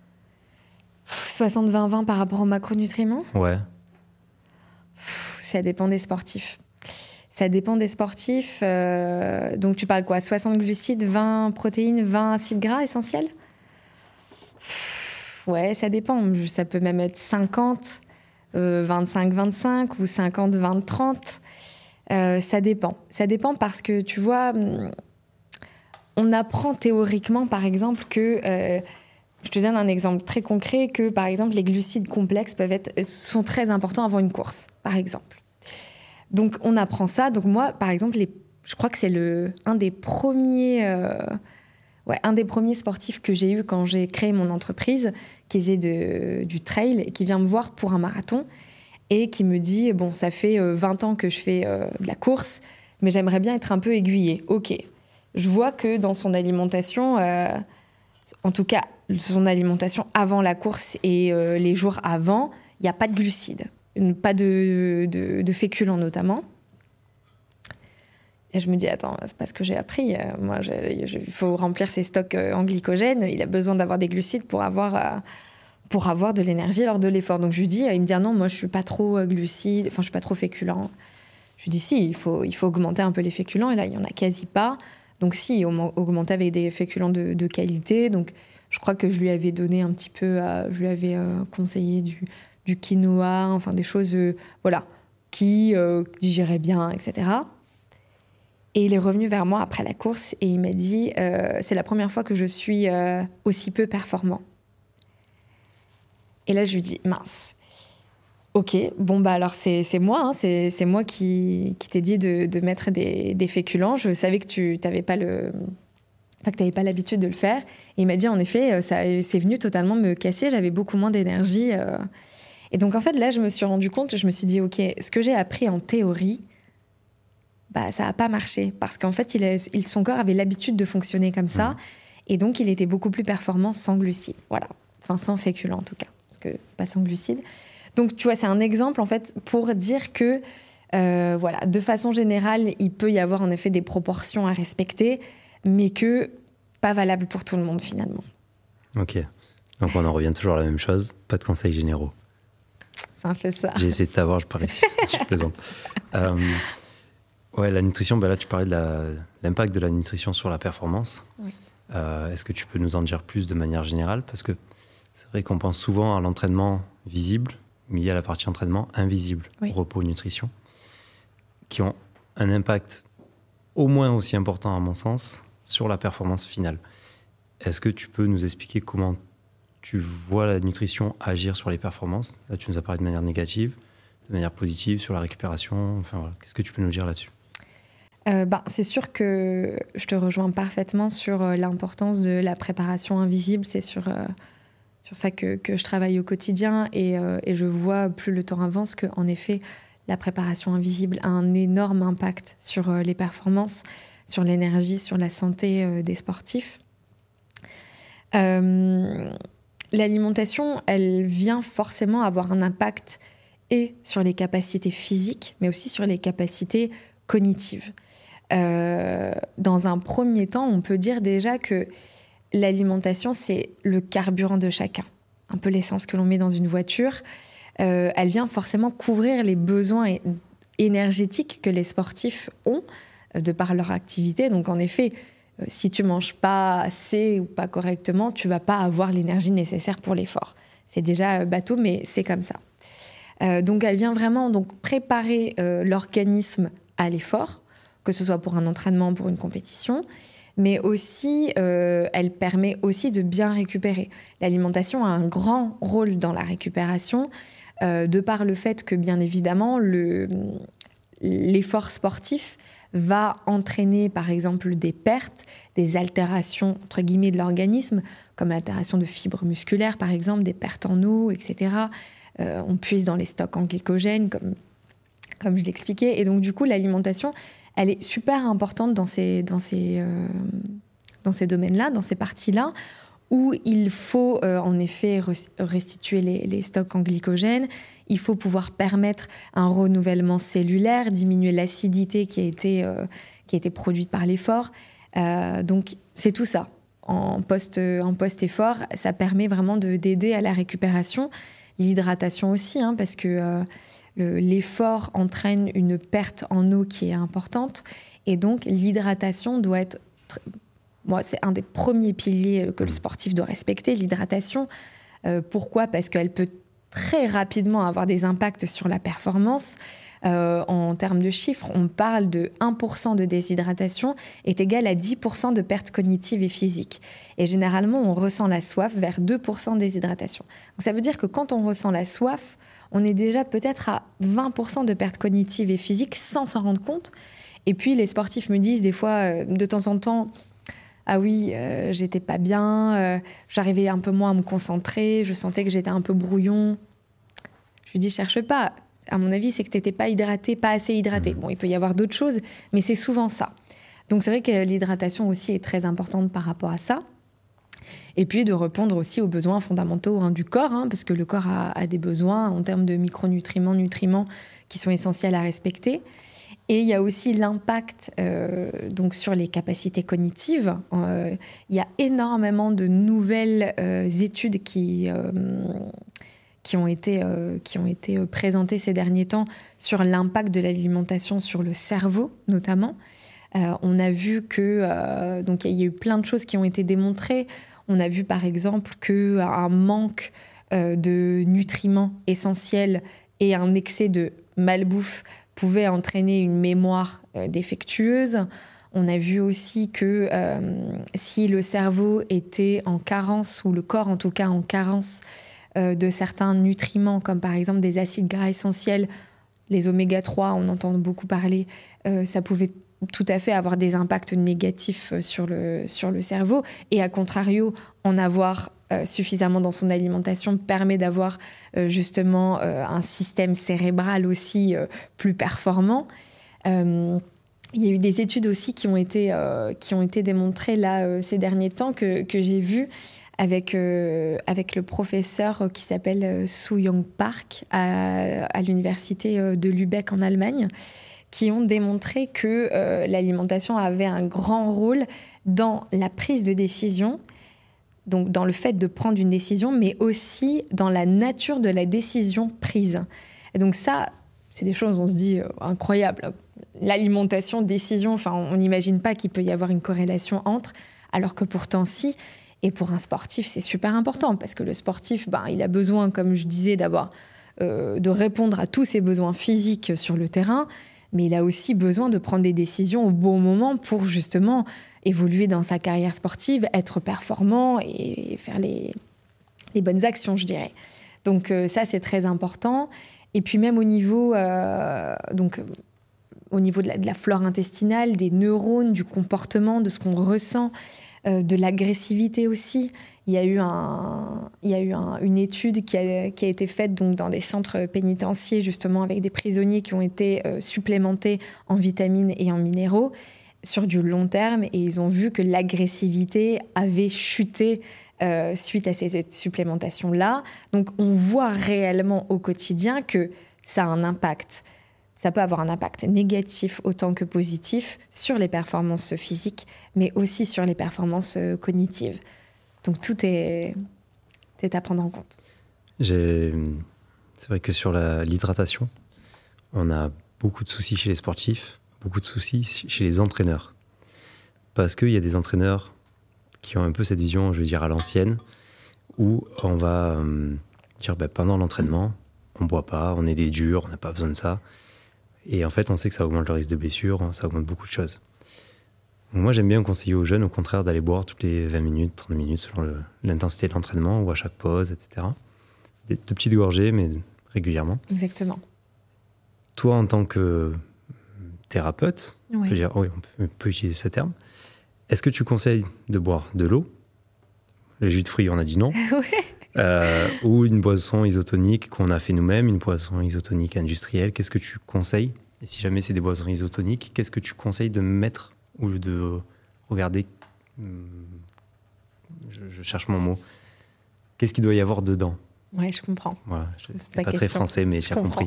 60-20-20 par rapport aux macronutriments ? Ouais. Ça dépend des sportifs. Ça dépend des sportifs. Donc, tu parles quoi ? 60 glucides, 20 protéines, 20 acides gras essentiels ? Ouais, ça dépend. Ça peut même être 50, 25-25 ou 50-20-30. Ça dépend. Ça dépend parce que, tu vois, on apprend théoriquement, par exemple, que... je te donne un exemple très concret, que, par exemple, les glucides complexes sont très importants avant une course, par exemple. Donc, on apprend ça. Donc, moi, par exemple, je crois que c'est un des premiers sportifs que j'ai eu quand j'ai créé mon entreprise, qui faisait du trail et qui vient me voir pour un marathon et qui me dit « Bon, ça fait 20 ans que je fais de la course, mais j'aimerais bien être un peu aiguillé. » Ok. Je vois que dans son alimentation, en tout cas, son alimentation avant la course et les jours avant, il n'y a pas de glucides. Pas de féculents notamment. Et je me dis, attends, c'est pas ce que j'ai appris. Moi, il faut remplir ses stocks en glycogène. Il a besoin d'avoir des glucides pour avoir de l'énergie lors de l'effort. Donc je lui dis, il me dit, non, moi je suis pas trop glucides, enfin je suis pas trop féculent. Je lui dis, si, il faut augmenter un peu les féculents. Et là, il y en a quasi pas. Donc si, augmenter avec des féculents de qualité. Donc je crois que je lui avais donné un petit peu, je lui avais conseillé du quinoa, enfin des choses qui digéraient bien, etc. Et il est revenu vers moi après la course et il m'a dit c'est la première fois que je suis aussi peu performant. Et là, je lui dis mince. Ok, bon, bah alors c'est moi, hein, c'est moi qui t'ai dit de mettre des féculents. Je savais que tu n'avais pas l'habitude de le faire. Et il m'a dit en effet, c'est venu totalement me casser, j'avais beaucoup moins d'énergie. Et donc, en fait, là, je me suis rendu compte, je me suis dit, OK, ce que j'ai appris en théorie, bah, ça n'a pas marché. Parce qu'en fait, son corps avait l'habitude de fonctionner comme ça. Et donc, il était beaucoup plus performant sans glucides. Voilà. Enfin, sans féculents, en tout cas. Parce que pas sans glucides. Donc, tu vois, c'est un exemple, en fait, pour dire que, de façon générale, il peut y avoir, en effet, des proportions à respecter, mais que pas valable pour tout le monde, finalement. Ok. Donc, on en revient toujours à la même chose. Pas de conseils généraux. C'est un peu ça. J'ai essayé de t'avoir, je parlais. Je plaisante. Ouais, la nutrition, là, tu parlais de l'impact de la nutrition sur la performance. Oui. Est-ce que tu peux nous en dire plus de manière générale? Parce que c'est vrai qu'on pense souvent à l'entraînement visible, mais il y a la partie entraînement invisible, repos, nutrition, qui ont un impact au moins aussi important, à mon sens, sur la performance finale. Est-ce que tu peux nous expliquer comment tu vois la nutrition agir sur les performances? Là, tu nous as parlé de manière négative, de manière positive, sur la récupération. Enfin, voilà. Qu'est-ce que tu peux nous dire là-dessus? C'est sûr que je te rejoins parfaitement sur l'importance de la préparation invisible. C'est sur ça que je travaille au quotidien et je vois plus le temps avance qu'en effet, la préparation invisible a un énorme impact sur les performances, sur l'énergie, sur la santé des sportifs. L'alimentation, elle vient forcément avoir un impact et sur les capacités physiques, mais aussi sur les capacités cognitives. Dans un premier temps, on peut dire déjà que l'alimentation, c'est le carburant de chacun. Un peu l'essence que l'on met dans une voiture. Elle vient forcément couvrir les besoins énergétiques que les sportifs ont de par leur activité. Donc en effet, si tu manges pas assez ou pas correctement, tu vas pas avoir l'énergie nécessaire pour l'effort. C'est déjà bateau, mais c'est comme ça. Donc elle vient vraiment préparer l'organisme à l'effort, que ce soit pour un entraînement, pour une compétition, mais aussi elle permet aussi de bien récupérer. L'alimentation a un grand rôle dans la récupération, de par le fait que, bien évidemment, l'effort sportif va entraîner, par exemple, des pertes, des altérations, entre guillemets, de l'organisme, comme l'altération de fibres musculaires, par exemple, des pertes en eau, etc. On puise dans les stocks en glycogène, comme je l'expliquais. Et donc, du coup, l'alimentation, elle est super importante dans ces domaines-là, dans ces parties-là, où il faut en effet restituer les stocks en glycogène. Il faut pouvoir permettre un renouvellement cellulaire, diminuer l'acidité qui a été produite par l'effort. Donc, c'est tout ça. En post-effort, ça permet vraiment d'aider à la récupération. L'hydratation aussi, parce que l'effort entraîne une perte en eau qui est importante. Et donc, l'hydratation doit être... c'est un des premiers piliers que le sportif doit respecter, l'hydratation. Pourquoi ? Parce qu'elle peut très rapidement avoir des impacts sur la performance. En termes de chiffres, on parle de 1% de déshydratation est égal à 10% de pertes cognitives et physiques. Et généralement, on ressent la soif vers 2% de déshydratation. Donc ça veut dire que quand on ressent la soif, on est déjà peut-être à 20% de pertes cognitives et physiques sans s'en rendre compte. Et puis les sportifs me disent des fois, de temps en temps, ah oui, j'étais pas bien, j'arrivais un peu moins à me concentrer, je sentais que j'étais un peu brouillon. Je lui dis, cherche pas. À mon avis, c'est que t'étais pas hydraté, pas assez hydraté. Bon, il peut y avoir d'autres choses, mais c'est souvent ça. Donc c'est vrai que l'hydratation aussi est très importante par rapport à ça. Et puis de répondre aussi aux besoins fondamentaux du corps, parce que le corps a des besoins en termes de micronutriments, nutriments qui sont essentiels à respecter. Et il y a aussi l'impact donc sur les capacités cognitives. Il y a énormément de nouvelles études qui ont été présentées ces derniers temps sur l'impact de l'alimentation sur le cerveau, notamment. On a vu que donc il y a eu plein de choses qui ont été démontrées. On a vu par exemple qu'un manque de nutriments essentiels et un excès de malbouffe pouvait entraîner une mémoire défectueuse. On a vu aussi que si le cerveau était en carence, ou le corps en tout cas en carence de certains nutriments, comme par exemple des acides gras essentiels, les oméga 3, on entend beaucoup parler, ça pouvait tout à fait avoir des impacts négatifs sur le cerveau. Et à contrario, en avoir suffisamment dans son alimentation permet d'avoir justement un système cérébral aussi plus performant. Il y a eu des études aussi qui ont été démontrées là, ces derniers temps que j'ai vues avec le professeur qui s'appelle Soo-Young Park à l'université de Lübeck en Allemagne, qui ont démontré que l'alimentation avait un grand rôle dans la prise de décision, donc dans le fait de prendre une décision, mais aussi dans la nature de la décision prise. Et donc ça, c'est des choses, on se dit, incroyables. L'alimentation, décision, on n'imagine pas qu'il peut y avoir une corrélation entre, Alors que pourtant, si. Et pour un sportif, c'est super important parce que le sportif, il a besoin, comme je disais, de répondre à tous ses besoins physiques sur le terrain, mais il a aussi besoin de prendre des décisions au bon moment pour justement évoluer dans sa carrière sportive, être performant et faire les bonnes actions, je dirais. Donc ça, c'est très important. Et puis même au niveau, au niveau de la flore intestinale, des neurones, du comportement, de ce qu'on ressent, de l'agressivité aussi. Il y a eu une étude qui a été faite donc, dans des centres pénitentiaires, justement, avec des prisonniers qui ont été supplémentés en vitamines et en minéraux sur du long terme. Et ils ont vu que l'agressivité avait chuté suite à ces supplémentations-là. Donc, on voit réellement au quotidien que ça a un impact. Ça peut avoir un impact négatif autant que positif sur les performances physiques, mais aussi sur les performances cognitives. Donc tout est à prendre en compte. C'est vrai que sur l'hydratation, on a beaucoup de soucis chez les sportifs, beaucoup de soucis chez les entraîneurs. Parce qu'il y a des entraîneurs qui ont un peu cette vision, je veux dire, à l'ancienne, où on va dire pendant l'entraînement, on ne boit pas, on est des durs, on n'a pas besoin de ça. Et en fait, on sait que ça augmente le risque de blessure, ça augmente beaucoup de choses. Donc moi, j'aime bien conseiller aux jeunes, au contraire, d'aller boire toutes les 20 minutes, 30 minutes, selon l'intensité de l'entraînement, ou à chaque pause, etc. De petites gorgées, mais régulièrement. Exactement. Toi, en tant que thérapeute, oui. On peut utiliser ce terme, est-ce que tu conseilles de boire de l'eau? Le jus de fruits, on a dit non. Oui. Ou une boisson isotonique qu'on a fait nous-mêmes, une boisson isotonique industrielle. Qu'est-ce que tu conseilles? Et si jamais c'est des boissons isotoniques, qu'est-ce que tu conseilles de mettre ou de regarder? Je cherche mon mot. Qu'est-ce qu'il doit y avoir dedans? Oui, je comprends. Voilà, c'est pas très français, mais j'ai compris.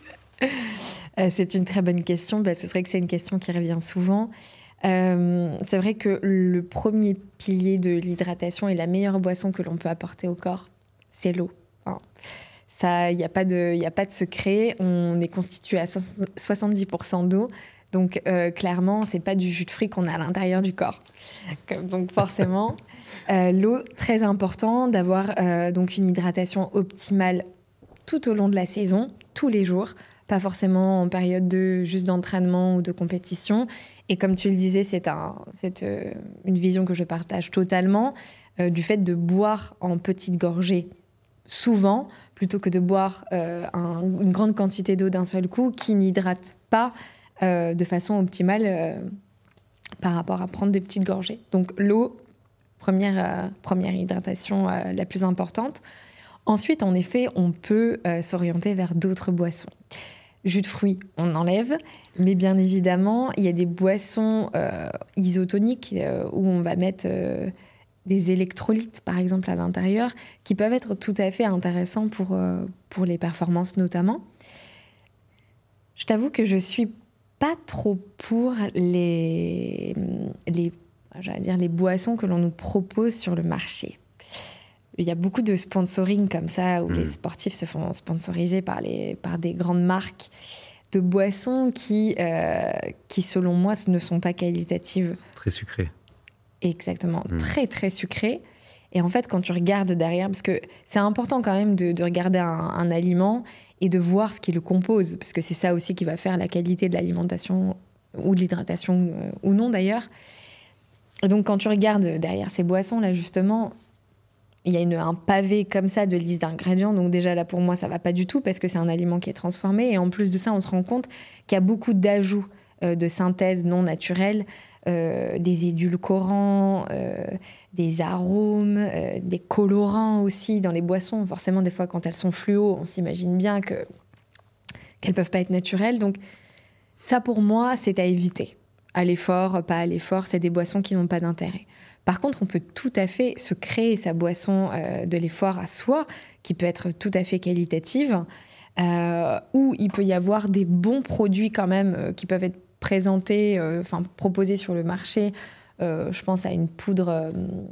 C'est une très bonne question. C'est vrai que c'est une question qui revient souvent. C'est vrai que le premier pilier de l'hydratation et la meilleure boisson que l'on peut apporter au corps, c'est l'eau. Il n'y a pas de secret. On est constitué à 70% d'eau. Donc, clairement, ce n'est pas du jus de fruits qu'on a à l'intérieur du corps. Donc, forcément, l'eau, très important d'avoir donc une hydratation optimale tout au long de la saison, tous les jours. Pas forcément en période juste d'entraînement ou de compétition. Et comme tu le disais, c'est une vision que je partage totalement, du fait de boire en petites gorgées souvent, plutôt que de boire une grande quantité d'eau d'un seul coup qui n'hydrate pas de façon optimale par rapport à prendre des petites gorgées. Donc l'eau, première hydratation la plus importante. Ensuite, en effet, on peut s'orienter vers d'autres boissons. Jus de fruits, on enlève, mais bien évidemment, il y a des boissons isotoniques où on va mettre des électrolytes, par exemple, à l'intérieur, qui peuvent être tout à fait intéressants pour les performances notamment. Je t'avoue que je suis pas trop pour les boissons que l'on nous propose sur le marché. Il y a beaucoup de sponsoring comme ça, où les sportifs se font sponsoriser par des grandes marques de boissons qui, selon moi, ne sont pas qualitatives. C'est très sucré. Exactement, très, très sucré. Et en fait, quand tu regardes derrière, parce que c'est important quand même de regarder un aliment et de voir ce qui le compose, parce que c'est ça aussi qui va faire la qualité de l'alimentation ou de l'hydratation, ou non d'ailleurs. Et donc, quand tu regardes derrière ces boissons-là, justement, il y a un pavé comme ça de liste d'ingrédients. Donc déjà, là, pour moi, ça ne va pas du tout parce que c'est un aliment qui est transformé. Et en plus de ça, on se rend compte qu'il y a beaucoup d'ajouts de synthèse non naturelle, des édulcorants, des arômes, des colorants aussi dans les boissons. Forcément, des fois, quand elles sont fluo, on s'imagine bien qu'elles ne peuvent pas être naturelles. Donc ça, pour moi, c'est à éviter. À l'effort, pas à l'effort, c'est des boissons qui n'ont pas d'intérêt. Par contre, on peut tout à fait se créer sa boisson de l'effort à soi, qui peut être tout à fait qualitative, où il peut y avoir des bons produits quand même qui peuvent être présentés, proposés sur le marché. Je pense à une poudre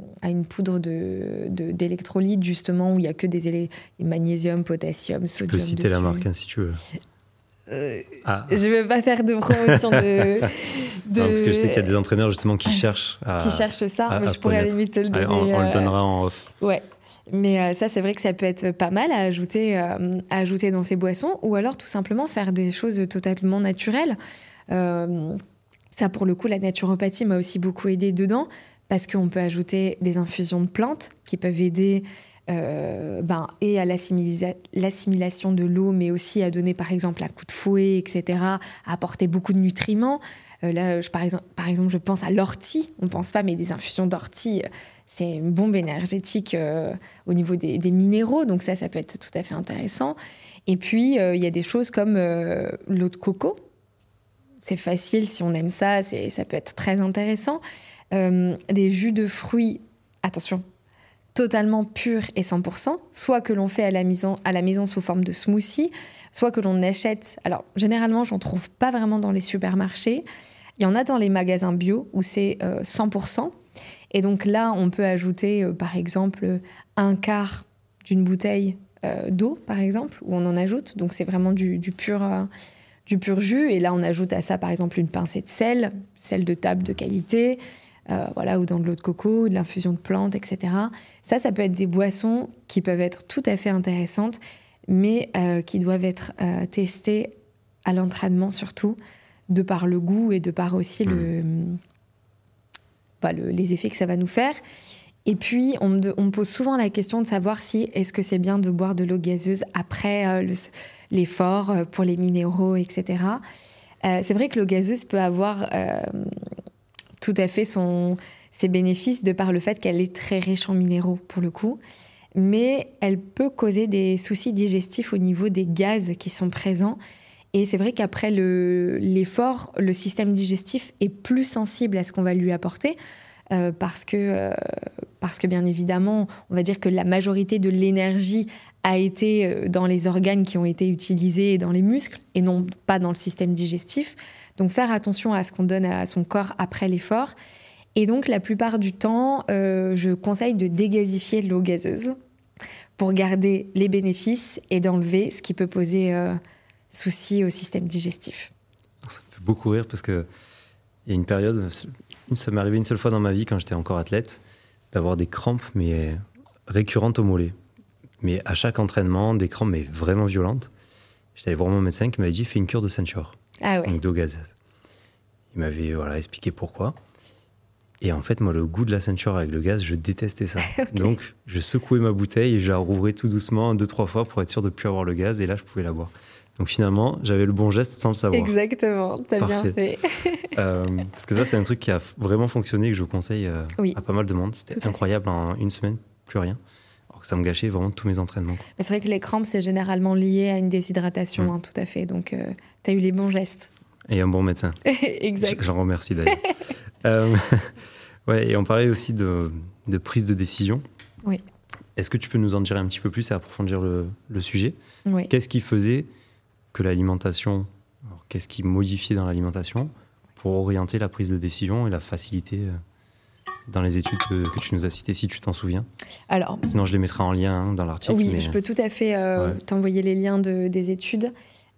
d'électrolytes, justement, où il n'y a que des magnésium, potassium, sodium. Tu peux citer la marque, hein, si tu veux. Je ne veux pas faire de promotion Parce que je sais qu'il y a des entraîneurs justement qui cherchent ça, mais je pourrais à la limite te le donner. On le donnera en off. Ouais. Mais ça, c'est vrai que ça peut être pas mal à ajouter dans ces boissons, ou alors tout simplement faire des choses totalement naturelles. Ça, pour le coup, la naturopathie m'a aussi beaucoup aidée dedans, parce qu'on peut ajouter des infusions de plantes qui peuvent aider et à l'assimilation de l'eau, mais aussi à donner par exemple un coup de fouet, etc., à apporter beaucoup de nutriments. Là, par exemple, je pense à l'ortie. On ne pense pas, mais des infusions d'ortie, c'est une bombe énergétique au niveau des minéraux. Donc ça peut être tout à fait intéressant. Et puis, il y a des choses comme l'eau de coco. C'est facile, si on aime ça, ça peut être très intéressant. Des jus de fruits, attention, totalement purs et 100%, soit que l'on fait à la maison sous forme de smoothie, soit que l'on achète. Alors, généralement, j'en trouve pas vraiment dans les supermarchés. Il y en a dans les magasins bio où c'est 100%. Et donc là, on peut ajouter, par exemple, un quart d'une bouteille d'eau, par exemple, où on en ajoute. Donc, c'est vraiment du pur jus. Et là, on ajoute à ça, par exemple, une pincée de sel de table de qualité, ou dans de l'eau de coco, de l'infusion de plantes, etc. Ça peut être des boissons qui peuvent être tout à fait intéressantes, mais qui doivent être testées à l'entraînement surtout, de par le goût et de par aussi les effets que ça va nous faire. Et puis, on me pose souvent la question de savoir est-ce que c'est bien de boire de l'eau gazeuse après l'effort pour les minéraux, etc. C'est vrai que l'eau gazeuse peut avoir tout à fait ses bénéfices de par le fait qu'elle est très riche en minéraux, pour le coup. Mais elle peut causer des soucis digestifs au niveau des gaz qui sont présents. Et c'est vrai qu'après l'effort, le système digestif est plus sensible à ce qu'on va lui apporter parce que bien évidemment, on va dire que la majorité de l'énergie a été dans les organes qui ont été utilisés et dans les muscles et non pas dans le système digestif. Donc faire attention à ce qu'on donne à son corps après l'effort. Et donc la plupart du temps, je conseille de dégazifier l'eau gazeuse pour garder les bénéfices et d'enlever ce qui peut poser souci au système digestif. Ça me fait beaucoup rire parce qu'il y a une période, ça m'est arrivé une seule fois dans ma vie quand j'étais encore athlète, d'avoir des crampes mais récurrentes au mollet. Mais à chaque entraînement, des crampes mais vraiment violentes. J'étais allé voir mon médecin qui m'avait dit « fais une cure de ceinture ». Ah ouais. Donc d'eau gazeuse. Il m'avait expliqué pourquoi. Et en fait, moi, le goût de la ceinture avec le gaz, je détestais ça. Okay. Donc, je secouais ma bouteille et je la rouvrais tout doucement 2-3 fois pour être sûr de ne plus avoir le gaz. Et là, je pouvais la boire. Donc finalement, j'avais le bon geste sans le savoir. Exactement, t'as Parfait. Bien fait. Parce que ça, c'est un truc qui a vraiment fonctionné et que je conseille à pas mal de monde. C'était incroyable, en une semaine, plus rien. Alors que ça me gâchait vraiment tous mes entraînements. Mais c'est vrai que les crampes, c'est généralement lié à une déshydratation, tout à fait. Donc, t'as eu les bons gestes. Et un bon médecin. Exact. J'en remercie d'ailleurs. Et on parlait aussi de prise de décision. Oui. Est-ce que tu peux nous en dire un petit peu plus et approfondir le sujet ? Oui. Qu'est-ce qui faisait que l'alimentation, qu'est-ce qui modifiait dans l'alimentation pour orienter la prise de décision et la faciliter dans les études que tu nous as citées, si tu t'en souviens ? Alors, sinon, je les mettrai en lien dans l'article. Oui, je peux tout à fait t'envoyer les liens des études.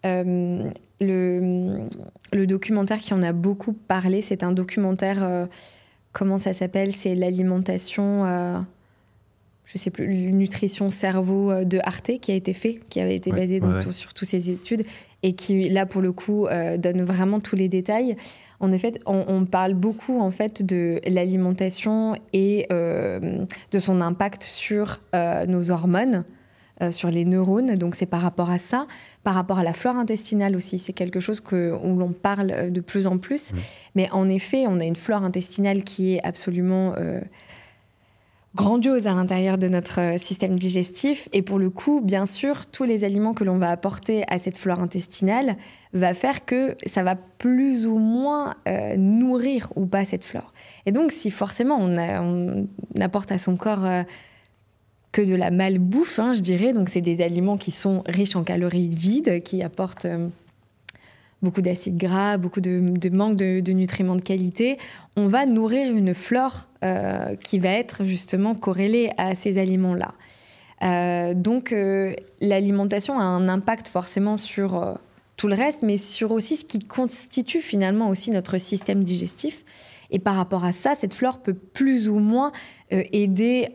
Le documentaire qui en a beaucoup parlé, c'est un documentaire, comment ça s'appelle ? C'est l'alimentation, je sais plus, nutrition cerveau de Arte qui a été fait, qui avait été basé sur toutes ces études et qui, là, pour le coup, donne vraiment tous les détails. En effet, on parle beaucoup en fait de l'alimentation et de son impact sur nos hormones, sur les neurones. Donc c'est par rapport à ça, par rapport à la flore intestinale aussi. C'est quelque chose où l'on parle de plus en plus. Mais en effet, on a une flore intestinale qui est absolument grandiose à l'intérieur de notre système digestif. Et pour le coup, bien sûr, tous les aliments que l'on va apporter à cette flore intestinale va faire que ça va plus ou moins nourrir ou pas cette flore. Et donc, si forcément on apporte à son corps que de la malbouffe, je dirais, donc c'est des aliments qui sont riches en calories vides, qui apportent beaucoup d'acides gras, beaucoup de manque de nutriments de qualité, on va nourrir une flore qui va être justement corrélée à ces aliments-là. Donc l'alimentation a un impact forcément sur tout le reste, mais sur aussi ce qui constitue finalement aussi notre système digestif. Et par rapport à ça, cette flore peut plus ou moins aider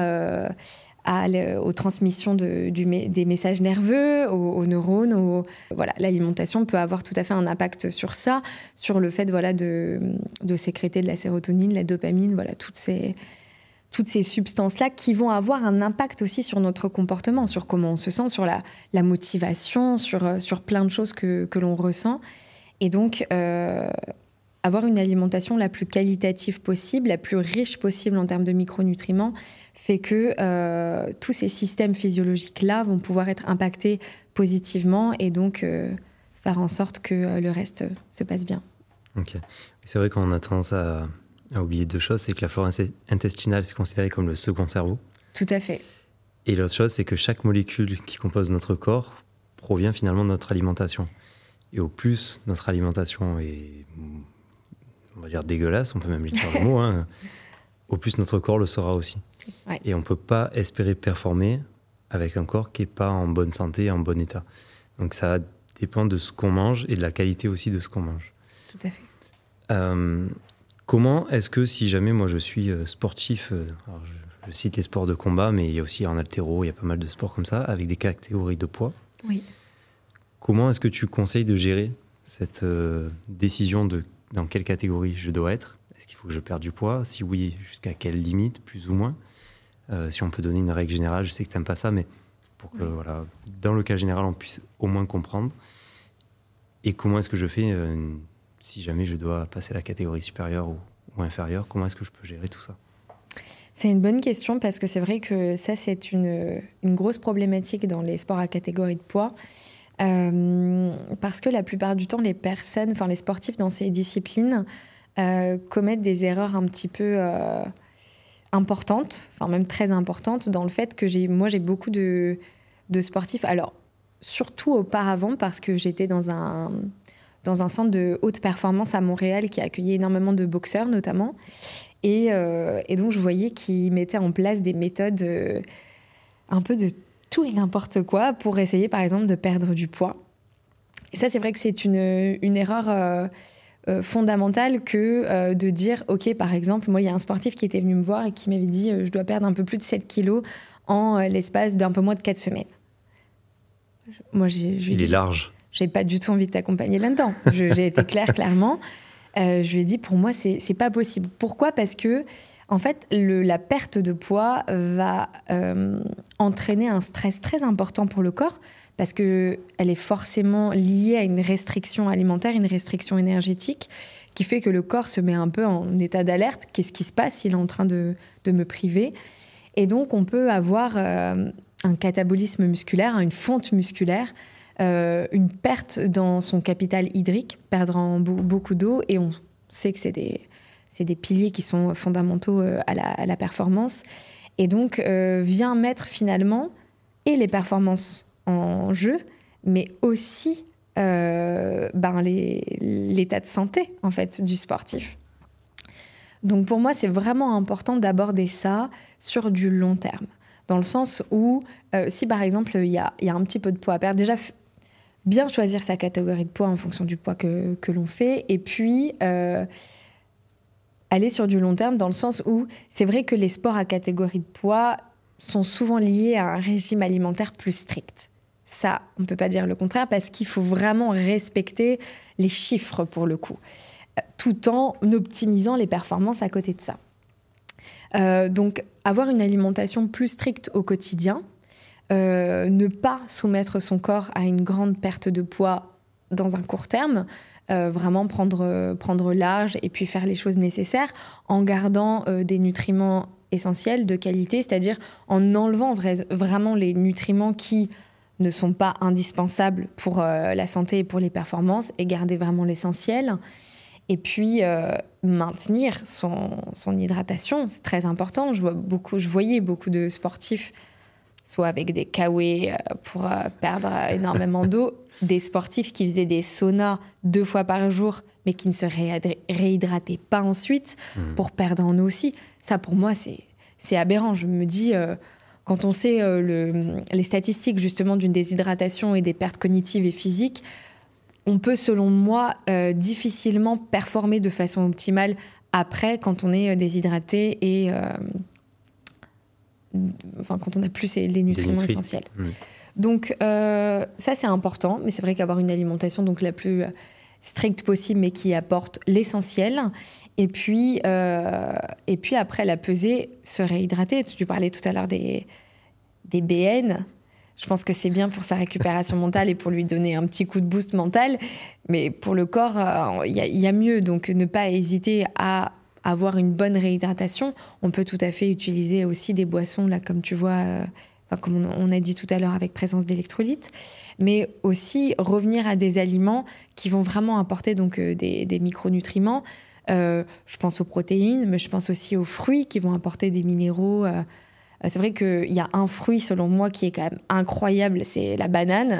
aux transmissions des messages nerveux, aux neurones. Voilà, l'alimentation peut avoir tout à fait un impact sur ça, sur le fait de sécréter de la sérotonine, la dopamine, voilà, toutes ces substances-là qui vont avoir un impact aussi sur notre comportement, sur comment on se sent, sur la motivation, sur plein de choses que l'on ressent. Et donc, avoir une alimentation la plus qualitative possible, la plus riche possible en termes de micronutriments, fait que tous ces systèmes physiologiques-là vont pouvoir être impactés positivement et donc faire en sorte que le reste se passe bien. Ok. C'est vrai qu'on a tendance à oublier deux choses, c'est que la flore intestinale, c'est considéré comme le second cerveau. Tout à fait. Et l'autre chose, c'est que chaque molécule qui compose notre corps provient finalement de notre alimentation. Et au plus notre alimentation est, on va dire, dégueulasse, on peut même lui dire le mot, hein, au plus notre corps le sera aussi. Ouais. Et on ne peut pas espérer performer avec un corps qui n'est pas en bonne santé, en bon état. Donc ça dépend de ce qu'on mange et de la qualité aussi de ce qu'on mange. Tout à fait. Comment est-ce que si jamais moi je suis sportif, alors je cite les sports de combat, mais il y a aussi en haltéro, il y a pas mal de sports comme ça, avec des catégories de poids. Oui. Comment est-ce que tu conseilles de gérer cette décision de dans quelle catégorie je dois être? Est-ce qu'il faut que je perde du poids? Si oui, jusqu'à quelle limite, plus ou moins? Si on peut donner une règle générale, je sais que tu n'aimes pas ça, mais pour que, voilà, dans le cas général, on puisse au moins comprendre. Et comment est-ce que je fais si jamais je dois passer à la catégorie supérieure ou inférieure? Comment est-ce que je peux gérer tout ça? C'est une bonne question parce que c'est vrai que ça, c'est une grosse problématique dans les sports à catégorie de poids. Parce que la plupart du temps, les sportifs dans ces disciplines commettent des erreurs un petit peu importantes, enfin même très importantes, dans le fait que j'ai beaucoup de sportifs. Alors, surtout auparavant, parce que j'étais dans un centre de haute performance à Montréal qui accueillait énormément de boxeurs, notamment. Et donc, je voyais qu'ils mettaient en place des méthodes un peu de tout et n'importe quoi pour essayer, par exemple, de perdre du poids. Et ça, c'est vrai que c'est une erreur fondamentale que de dire, OK, par exemple, moi, il y a un sportif qui était venu me voir et qui m'avait dit je dois perdre un peu plus de 7 kilos en l'espace d'un peu moins de 4 semaines. Moi, Il est large. J'ai pas du tout envie de t'accompagner là-dedans. J'ai été claire, clairement. Je lui ai dit, pour moi, c'est pas possible. Pourquoi ? Parce que, en fait, la perte de poids va entraîner un stress très important pour le corps, parce qu'elle est forcément liée à une restriction alimentaire, une restriction énergétique, qui fait que le corps se met un peu en état d'alerte. Qu'est-ce qui se passe s'il est en train de me priver ? Et donc, on peut avoir un catabolisme musculaire, une fonte musculaire, une perte dans son capital hydrique, perdre beaucoup d'eau, et on sait que c'est des piliers qui sont fondamentaux à la performance, et donc vient mettre finalement et les performances en jeu, mais aussi l'état de santé en fait du sportif. Donc pour moi, c'est vraiment important d'aborder ça sur du long terme, dans le sens où si par exemple il y a un petit peu de poids à perdre, déjà bien choisir sa catégorie de poids en fonction du poids que l'on fait, et puis aller sur du long terme, dans le sens où c'est vrai que les sports à catégorie de poids sont souvent liés à un régime alimentaire plus strict. Ça, on ne peut pas dire le contraire, parce qu'il faut vraiment respecter les chiffres pour le coup, tout en optimisant les performances à côté de ça. Donc, avoir une alimentation plus stricte au quotidien, ne pas soumettre son corps à une grande perte de poids dans un court terme, vraiment prendre large et puis faire les choses nécessaires en gardant des nutriments essentiels de qualité, c'est-à-dire en enlevant vraiment les nutriments qui ne sont pas indispensables pour la santé et pour les performances, et garder vraiment l'essentiel. Et puis maintenir son hydratation, c'est très important. Je voyais beaucoup de sportifs, soit avec des K-Way pour perdre énormément d'eau, des sportifs qui faisaient des saunas 2 fois par jour, mais qui ne se réhydrataient pas ensuite pour perdre en eau aussi. Ça, pour moi, c'est aberrant. Je me dis, quand on sait les statistiques justement d'une déshydratation et des pertes cognitives et physiques, on peut, selon moi, difficilement performer de façon optimale après quand on est déshydraté et quand on n'a plus les nutriments essentiels. Donc ça, c'est important, mais c'est vrai qu'avoir une alimentation donc la plus stricte possible, mais qui apporte l'essentiel. Et puis après, la pesée, se réhydrater. Tu parlais tout à l'heure des BN. Je pense que c'est bien pour sa récupération mentale et pour lui donner un petit coup de boost mental. Mais pour le corps, il y a mieux. Donc, ne pas hésiter à avoir une bonne réhydratation. On peut tout à fait utiliser aussi des boissons, là, comme tu vois, comme on a dit tout à l'heure, avec présence d'électrolytes. Mais aussi revenir à des aliments qui vont vraiment apporter donc, des micronutriments. Je pense aux protéines, mais je pense aussi aux fruits qui vont apporter des minéraux. C'est vrai qu'il y a un fruit, selon moi, qui est quand même incroyable, c'est la banane.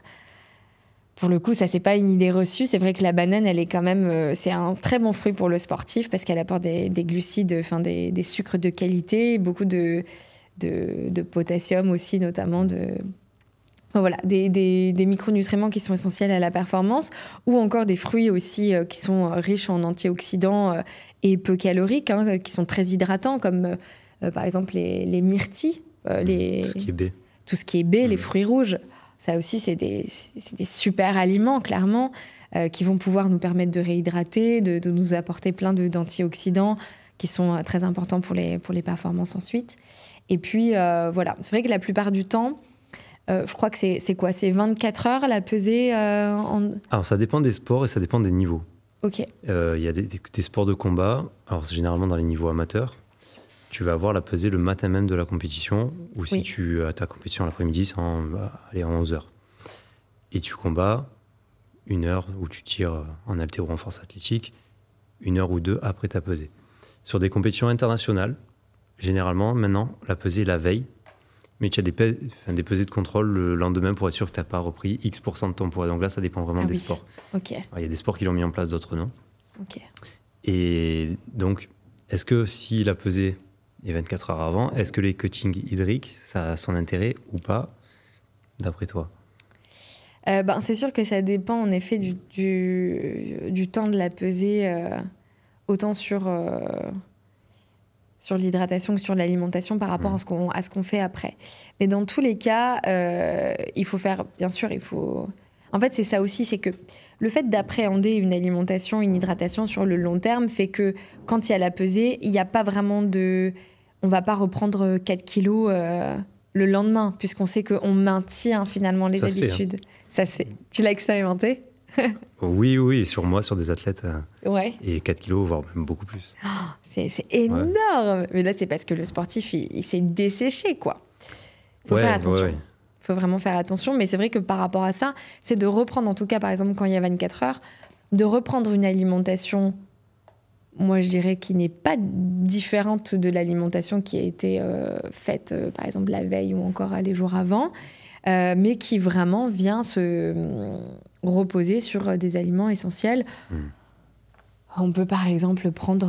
Pour le coup, ça, c'est pas une idée reçue. C'est vrai que la banane, elle est quand même... c'est un très bon fruit pour le sportif parce qu'elle apporte des glucides, des sucres de qualité, beaucoup de potassium aussi, notamment voilà, des micronutriments qui sont essentiels à la performance, ou encore des fruits aussi qui sont riches en antioxydants et peu caloriques, qui sont très hydratants, comme... par exemple, les myrtilles. Tout ce qui est baie. Tout ce qui est baie, les fruits rouges. Ça aussi, c'est des super aliments, clairement, qui vont pouvoir nous permettre de réhydrater, de nous apporter plein d'antioxydants qui sont très importants pour les performances ensuite. Et puis, voilà. C'est vrai que la plupart du temps, je crois que c'est quoi ? C'est 24 heures la pesée Alors, ça dépend des sports et ça dépend des niveaux. Ok. Il y a des sports de combat. Alors, c'est généralement dans les niveaux amateurs. Tu vas avoir la pesée le matin même de la compétition, ou si tu as ta compétition l'après-midi, c'est en 11h. Et tu combats 1 heure où tu tires en haltéro ou en force athlétique, 1 heure ou 2 après ta pesée. Sur des compétitions internationales, généralement, maintenant, la pesée est la veille, mais tu as des pesées de contrôle le lendemain pour être sûr que tu n'as pas repris X% de ton poids. Donc là, ça dépend vraiment des sports. Okay. Alors, il y a des sports qui l'ont mis en place, d'autres non. Okay. Et donc, est-ce que si la pesée... Et 24 heures avant, est-ce que les cuttings hydriques, ça a son intérêt ou pas, d'après toi ? C'est sûr que ça dépend en effet du temps de la pesée, autant sur l'hydratation que sur l'alimentation par rapport à ce qu'on fait après. Mais dans tous les cas, il faut faire, bien sûr, En fait, c'est ça aussi, c'est que le fait d'appréhender une alimentation, une hydratation sur le long terme fait que quand il y a la pesée, il n'y a pas vraiment de... On ne va pas reprendre 4 kilos le lendemain, puisqu'on sait qu'on maintient finalement les habitudes. Ça se fait. Tu l'as expérimenté ? Oui, sur moi, sur des athlètes. Ouais. Et 4 kilos, voire même beaucoup plus. Oh, c'est énorme. Ouais. Mais là, c'est parce que le sportif, il s'est desséché, quoi. Il faut faire attention. Ouais. Il faut vraiment faire attention. Mais c'est vrai que par rapport à ça, c'est de reprendre, en tout cas, par exemple, quand il y a 24 heures, de reprendre une alimentation, moi, je dirais, qui n'est pas différente de l'alimentation qui a été faite, par exemple, la veille ou encore les jours avant, mais qui vraiment vient se reposer sur des aliments essentiels. On peut, par exemple, prendre...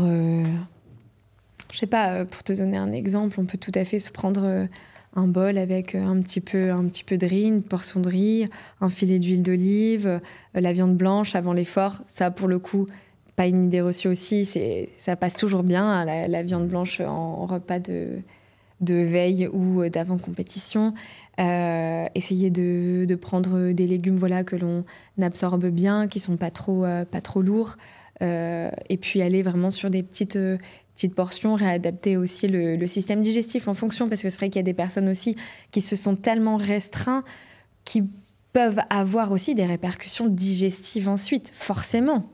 je sais pas, pour te donner un exemple, on peut tout à fait se prendre... un bol avec un petit peu de riz, une portion de riz, un filet d'huile d'olive, la viande blanche avant l'effort. Ça, pour le coup, pas une idée reçue aussi. Ça passe toujours bien, hein, la viande blanche en repas de veille ou d'avant-compétition. Essayer de prendre des légumes que l'on absorbe bien, qui sont pas trop lourds. Et puis aller vraiment sur des petites portions, réadapter aussi le système digestif en fonction, parce que c'est vrai qu'il y a des personnes aussi qui se sont tellement restreints qui peuvent avoir aussi des répercussions digestives ensuite, forcément.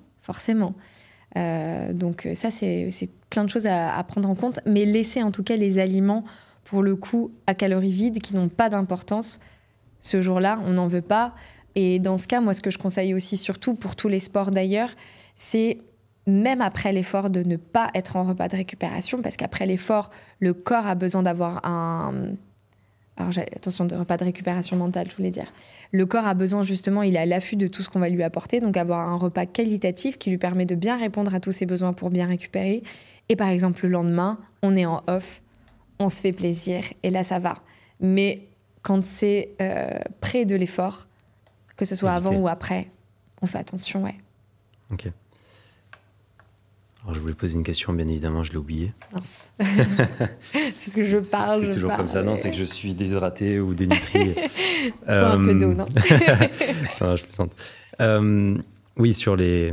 Donc ça, c'est plein de choses à prendre en compte, mais laisser en tout cas les aliments, pour le coup, à calories vides, qui n'ont pas d'importance. Ce jour-là, on n'en veut pas. Et dans ce cas, moi, ce que je conseille aussi, surtout pour tous les sports d'ailleurs, c'est même après l'effort de ne pas être en repas de récupération, parce qu'après l'effort, le corps a besoin d'avoir attention, de repas de récupération mentale, je voulais dire. Le corps a besoin justement, il est à l'affût de tout ce qu'on va lui apporter, donc avoir un repas qualitatif qui lui permet de bien répondre à tous ses besoins pour bien récupérer. Et par exemple, le lendemain, on est en off, on se fait plaisir, et là, ça va. Mais quand c'est près de l'effort, que ce soit avant ou après, on fait attention, ouais. Ok. Alors, je voulais poser une question, bien évidemment, je l'ai oublié. Mince. C'est ce que je parle. C'est toujours comme ça. Non, c'est que je suis déshydraté ou dénutri. Un peu d'eau, non? Non, je plaisante. Oui, sur les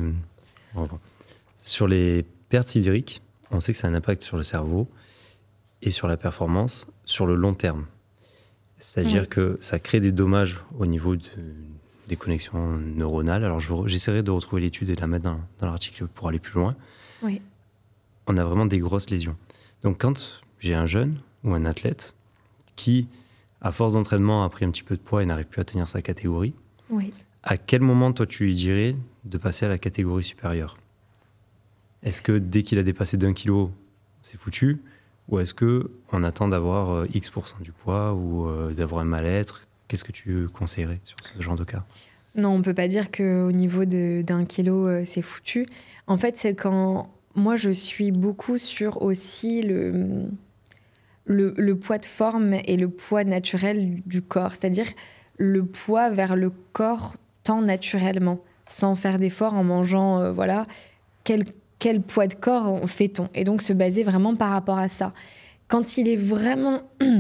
pertes hydriques, on sait que ça a un impact sur le cerveau et sur la performance sur le long terme. C'est-à-dire que ça crée des dommages au niveau des connexions neuronales. Alors, j'essaierai de retrouver l'étude et de la mettre dans l'article pour aller plus loin. Oui. On a vraiment des grosses lésions. Donc, quand j'ai un jeune ou un athlète qui, à force d'entraînement, a pris un petit peu de poids et n'arrive plus à tenir sa catégorie, Oui. à quel moment, toi, tu lui dirais de passer à la catégorie supérieure? Est-ce que dès qu'il a dépassé d'1 kilo, c'est foutu? Ou est-ce qu'on attend d'avoir X% du poids ou d'avoir un mal-être? Qu'est-ce que tu conseillerais sur ce genre de cas? Non, on ne peut pas dire qu'au niveau d'1 kilo, c'est foutu. En fait, c'est quand... Moi, je suis beaucoup sur aussi le poids de forme et le poids naturel du corps. C'est-à-dire le poids vers le corps tend naturellement, sans faire d'effort, en mangeant, voilà, quel poids de corps fait-on? Et donc, se baser vraiment par rapport à ça. Quand il est vraiment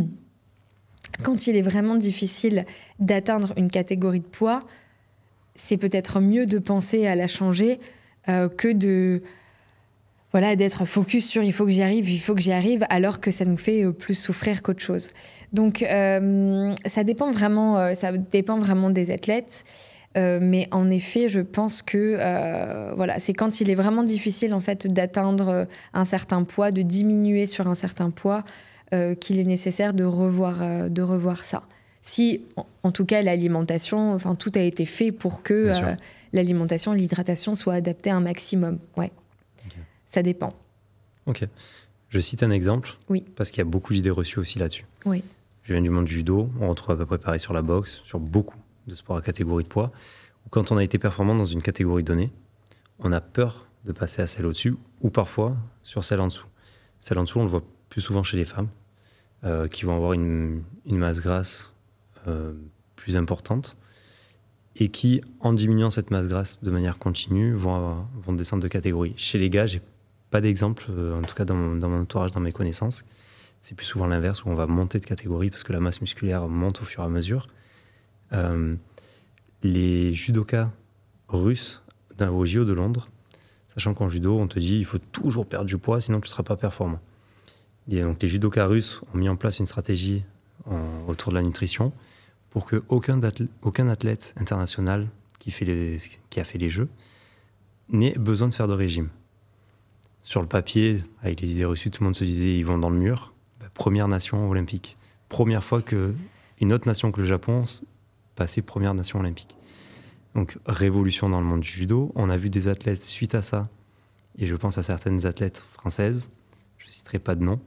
difficile d'atteindre une catégorie de poids, c'est peut-être mieux de penser à la changer que d'être focus sur il faut que j'y arrive, alors que ça nous fait plus souffrir qu'autre chose. Donc, ça dépend vraiment des athlètes. Mais en effet, je pense que c'est quand il est vraiment difficile en fait, d'atteindre un certain poids, de diminuer sur un certain poids, qu'il est nécessaire de revoir ça. Si, en tout cas, l'alimentation, tout a été fait pour que l'alimentation, l'hydratation soit adaptée à un maximum. Ouais. Okay. Ça dépend. Ok. Je cite un exemple, parce qu'il y a beaucoup d'idées reçues aussi là-dessus. Oui. Je viens du monde du judo, on retrouve à peu près pareil sur la boxe, sur beaucoup de sports à catégorie de poids, où quand on a été performant dans une catégorie donnée, on a peur de passer à celle au-dessus, ou parfois sur celle en dessous. Celle en dessous, on le voit plus souvent chez les femmes, qui vont avoir une masse grasse plus importante, et qui, en diminuant cette masse grasse de manière continue, vont descendre de catégorie. Chez les gars, j'ai pas d'exemple, en tout cas dans mon entourage, dans mes connaissances. C'est plus souvent l'inverse, où on va monter de catégorie parce que la masse musculaire monte au fur et à mesure. Les judokas russes au JO de Londres, sachant qu'en judo, on te dit il faut toujours perdre du poids, sinon tu ne seras pas performant. Et donc, les judokas russes ont mis en place une stratégie autour de la nutrition pour qu'aucun athlète international qui a fait les Jeux n'ait besoin de faire de régime. Sur le papier, avec les idées reçues, tout le monde se disait ils vont dans le mur. Première nation olympique. Première fois qu'une autre nation que le Japon passait première nation olympique. Donc, révolution dans le monde du judo. On a vu des athlètes suite à ça, et je pense à certaines athlètes françaises, je ne citerai pas de nom,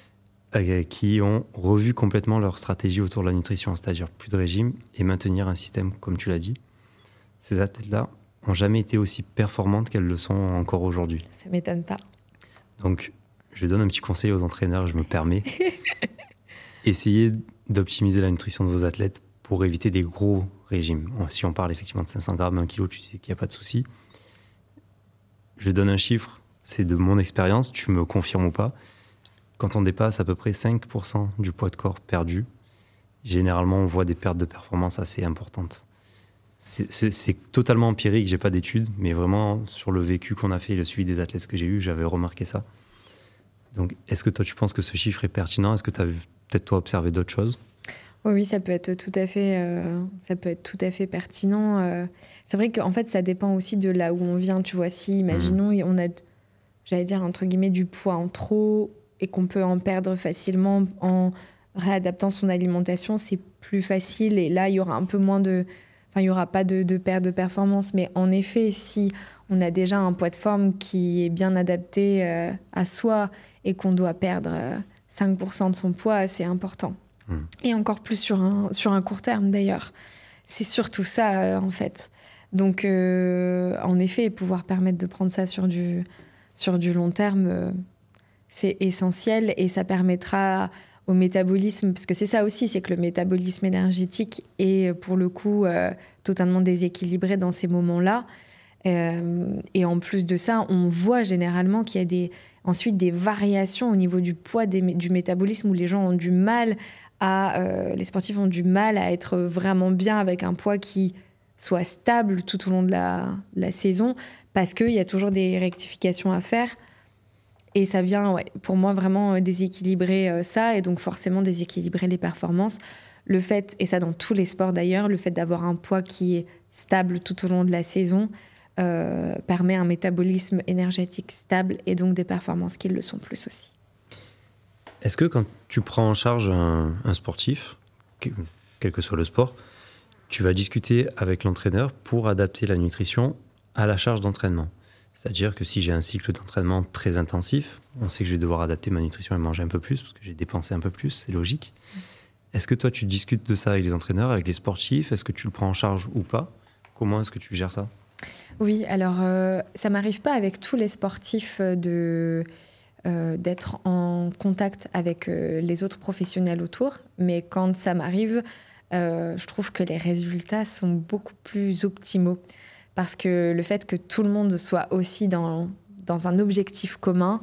qui ont revu complètement leur stratégie autour de la nutrition, c'est-à-dire plus de régime et maintenir un système, comme tu l'as dit. Ces athlètes-là n'ont jamais été aussi performantes qu'elles le sont encore aujourd'hui. Ça ne m'étonne pas. Donc, je donne un petit conseil aux entraîneurs, je me permets. Essayez d'optimiser la nutrition de vos athlètes pour éviter des gros régimes. Si on parle effectivement de 500 grammes, 1 kilo, tu sais qu'il n'y a pas de souci. Je donne un chiffre, c'est de mon expérience, tu me confirmes ou pas. Quand on dépasse à peu près 5% du poids de corps perdu, généralement on voit des pertes de performance assez importantes. C'est totalement empirique, j'ai pas d'études, mais vraiment sur le vécu qu'on a fait et le suivi des athlètes que j'ai eu, j'avais remarqué ça. Donc, est-ce que toi, tu penses que ce chiffre est pertinent? Est-ce que tu as peut-être toi observé d'autres choses? Oui, ça peut être tout à fait pertinent. C'est vrai qu'en fait, ça dépend aussi de là où on vient. Tu vois, si, imaginons, on a, j'allais dire, entre guillemets, du poids en trop et qu'on peut en perdre facilement en réadaptant son alimentation, c'est plus facile. Et là, il y aura un peu moins de... Enfin, il n'y aura pas de perte de performance. Mais en effet, si on a déjà un poids de forme qui est bien adapté à soi et qu'on doit perdre 5% de son poids, c'est important. Et encore plus sur un court terme, d'ailleurs. C'est surtout ça, en fait. Donc, en effet, pouvoir permettre de prendre ça sur du long terme, c'est essentiel. Et ça permettra au métabolisme, parce que c'est ça aussi, c'est que le métabolisme énergétique est pour le coup totalement déséquilibré dans ces moments-là. Et en plus de ça, on voit généralement qu'il y a ensuite des variations au niveau du poids du métabolisme où les gens ont du mal les sportifs ont du mal à être vraiment bien avec un poids qui soit stable tout au long de la saison, parce qu'il y a toujours des rectifications à faire. Et ça vient, pour moi, vraiment déséquilibrer ça, et donc forcément déséquilibrer les performances. Le fait, et ça dans tous les sports d'ailleurs, le fait d'avoir un poids qui est stable tout au long de la saison permet un métabolisme énergétique stable et donc des performances qui le sont plus aussi. Est-ce que quand tu prends en charge un sportif, quel que soit le sport, tu vas discuter avec l'entraîneur pour adapter la nutrition à la charge d'entraînement? C'est-à-dire que si j'ai un cycle d'entraînement très intensif, on sait que je vais devoir adapter ma nutrition et manger un peu plus parce que j'ai dépensé un peu plus, c'est logique. Est-ce que toi, tu discutes de ça avec les entraîneurs, avec les sportifs? Est-ce que tu le prends en charge ou pas? Comment est-ce que tu gères ça? Oui, alors ça m'arrive pas avec tous les sportifs d'être en contact avec les autres professionnels autour, mais quand ça m'arrive, je trouve que les résultats sont beaucoup plus optimaux, parce que le fait que tout le monde soit aussi dans un objectif commun,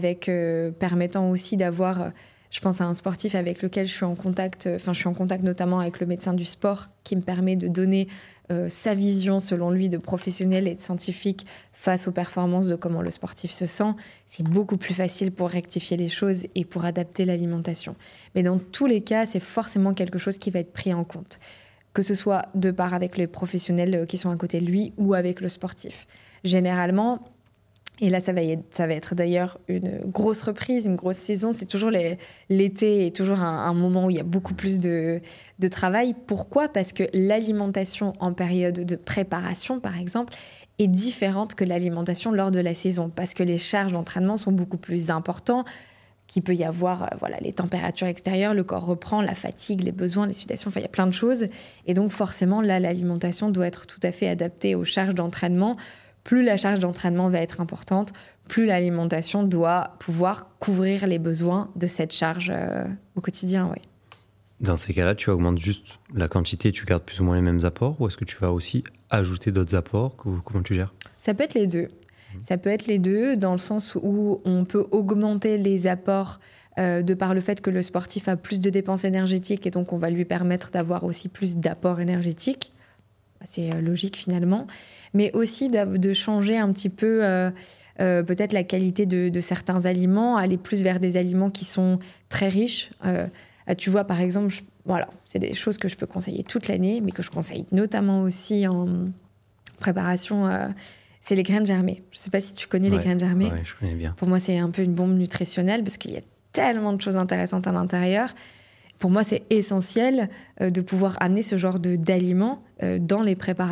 permettant aussi d'avoir... Je pense à un sportif avec lequel je suis en contact notamment avec le médecin du sport, qui me permet de donner sa vision, selon lui, de professionnel et de scientifique face aux performances, de comment le sportif se sent. C'est beaucoup plus facile pour rectifier les choses et pour adapter l'alimentation. Mais dans tous les cas, c'est forcément quelque chose qui va être pris en compte, que ce soit de part avec les professionnels qui sont à côté de lui ou avec le sportif. Généralement... Et là, ça va être d'ailleurs une grosse reprise, une grosse saison. C'est toujours l'été est toujours un moment où il y a beaucoup plus de travail. Pourquoi ? Parce que l'alimentation en période de préparation, par exemple, est différente que l'alimentation lors de la saison. Parce que les charges d'entraînement sont beaucoup plus importantes, qu'il peut y avoir les températures extérieures, le corps reprend, la fatigue, les besoins, les sudations, enfin, il y a plein de choses. Et donc, forcément, là, l'alimentation doit être tout à fait adaptée aux charges d'entraînement. Plus la charge d'entraînement va être importante, plus l'alimentation doit pouvoir couvrir les besoins de cette charge au quotidien. Oui. Dans ces cas-là, tu augmentes juste la quantité et tu gardes plus ou moins les mêmes apports, ou est-ce que tu vas aussi ajouter d'autres apports? Comment tu gères? Ça peut être les deux. Ça peut être les deux, dans le sens où on peut augmenter les apports de par le fait que le sportif a plus de dépenses énergétiques, et donc on va lui permettre d'avoir aussi plus d'apports énergétiques. C'est logique finalement, mais aussi de changer un petit peu peut-être la qualité de certains aliments, aller plus vers des aliments qui sont très riches. Tu vois, par exemple, c'est des choses que je peux conseiller toute l'année, mais que je conseille notamment aussi en préparation, c'est les graines germées. Je ne sais pas si tu connais les graines germées. Oui, je connais bien. Pour moi, c'est un peu une bombe nutritionnelle parce qu'il y a tellement de choses intéressantes à l'intérieur. Pour moi, c'est essentiel de pouvoir amener ce genre d'aliments dans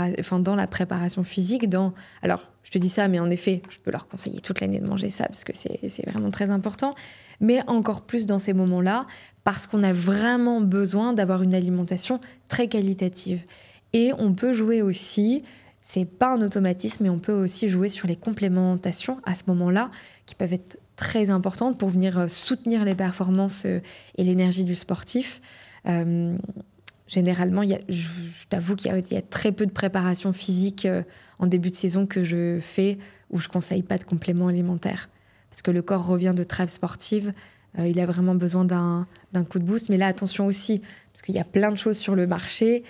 la préparation physique. Alors, je te dis ça, mais en effet, je peux leur conseiller toute l'année de manger ça parce que c'est vraiment très important. Mais encore plus dans ces moments-là, parce qu'on a vraiment besoin d'avoir une alimentation très qualitative. Et on peut jouer aussi, c'est pas un automatisme, mais on peut aussi jouer sur les complémentations à ce moment-là, qui peuvent être très importantes pour venir soutenir les performances et l'énergie du sportif. Généralement, je t'avoue qu'il y a très peu de préparation physique en début de saison que je fais où je ne conseille pas de compléments alimentaires. Parce que le corps revient de trêve sportive, il a vraiment besoin d'un coup de boost. Mais là, attention aussi, parce qu'il y a plein de choses sur le marché.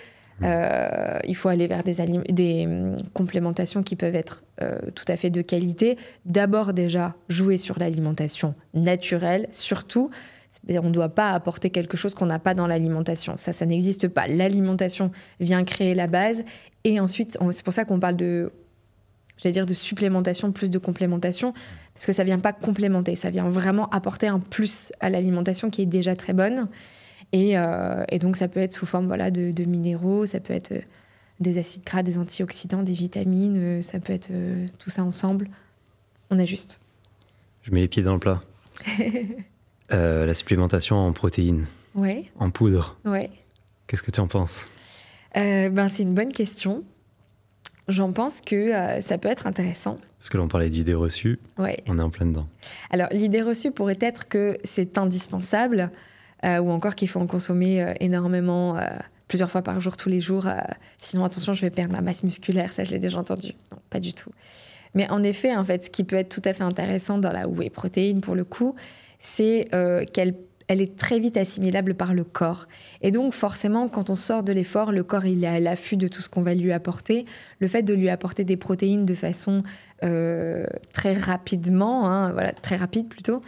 Il faut aller vers des complémentations qui peuvent être tout à fait de qualité. D'abord, déjà, jouer sur l'alimentation naturelle, surtout. On ne doit pas apporter quelque chose qu'on n'a pas dans l'alimentation. Ça n'existe pas. L'alimentation vient créer la base. Et ensuite, c'est pour ça qu'on parle de supplémentation plus de complémentation, parce que ça ne vient pas complémenter. Ça vient vraiment apporter un plus à l'alimentation qui est déjà très bonne. Et donc, ça peut être sous forme de minéraux, ça peut être des acides gras, des antioxydants, des vitamines, ça peut être tout ça ensemble. On ajuste. Je mets les pieds dans le plat. La supplémentation en protéines, en poudre. Ouais. Qu'est-ce que tu en penses ? C'est une bonne question. J'en pense que ça peut être intéressant. Parce que là, on parlait d'idées reçues, on est en plein dedans. Alors, l'idée reçue pourrait être que c'est indispensable. ou encore qu'il faut en consommer énormément, plusieurs fois par jour, tous les jours. Sinon, attention, je vais perdre ma masse musculaire. Ça, je l'ai déjà entendu. Non, pas du tout. Mais en effet, en fait, ce qui peut être tout à fait intéressant dans la whey protéine, pour le coup, c'est qu'elle est très vite assimilable par le corps. Et donc, forcément, quand on sort de l'effort, le corps, il est à l'affût de tout ce qu'on va lui apporter. Le fait de lui apporter des protéines de façon très rapidement, très rapide plutôt,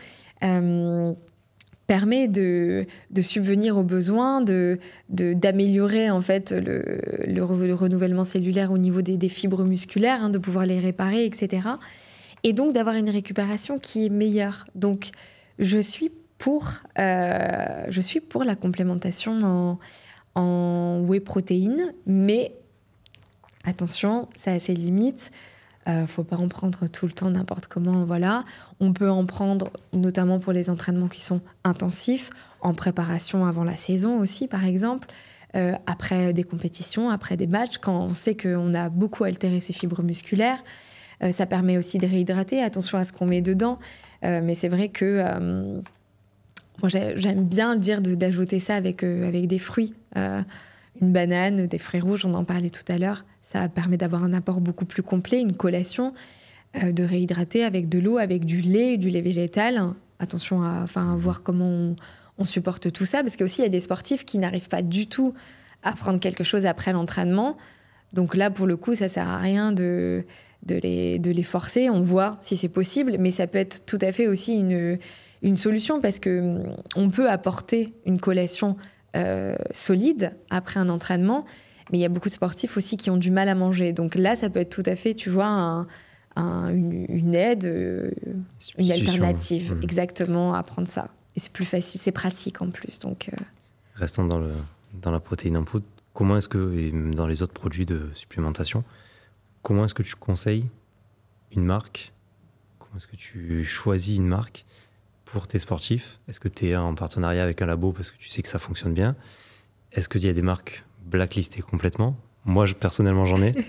permet de subvenir aux besoins, d'améliorer en fait le renouvellement cellulaire au niveau des fibres musculaires, de pouvoir les réparer, etc. Et donc d'avoir une récupération qui est meilleure. Donc, je suis pour la complémentation en whey protéine, mais attention, ça a ses limites. Faut pas en prendre tout le temps n'importe comment, voilà. On peut en prendre notamment pour les entraînements qui sont intensifs, en préparation avant la saison aussi, par exemple, après des compétitions, après des matchs, quand on sait qu'on a beaucoup altéré ses fibres musculaires. Ça permet aussi de réhydrater. Attention à ce qu'on met dedans. Mais c'est vrai que moi, j'aime bien dire d'ajouter ça avec des fruits. Une banane, des fruits rouges, on en parlait tout à l'heure. Ça permet d'avoir un apport beaucoup plus complet, une collation, de réhydrater avec de l'eau, avec du lait végétal. Attention à voir comment on supporte tout ça, parce qu'aussi, il y a des sportifs qui n'arrivent pas du tout à prendre quelque chose après l'entraînement. Donc là, pour le coup, ça sert à rien de les forcer. On voit si c'est possible, mais ça peut être tout à fait aussi une solution, parce qu'on peut apporter une collation solide après un entraînement, mais il y a beaucoup de sportifs aussi qui ont du mal à manger. Donc là, ça peut être tout à fait, tu vois, une aide, une alternative, exactement, à prendre ça. Et c'est plus facile, c'est pratique en plus. Donc, Restons dans la protéine en poudre. Comment est-ce que, et même dans les autres produits de supplémentation, comment est-ce que tu conseilles une marque? Comment est-ce que tu choisis une marque pour tes sportifs? Est-ce que tu es en partenariat avec un labo parce que tu sais que ça fonctionne bien? Est-ce qu'il y a des marques blacklistées complètement? Moi, personnellement, j'en ai.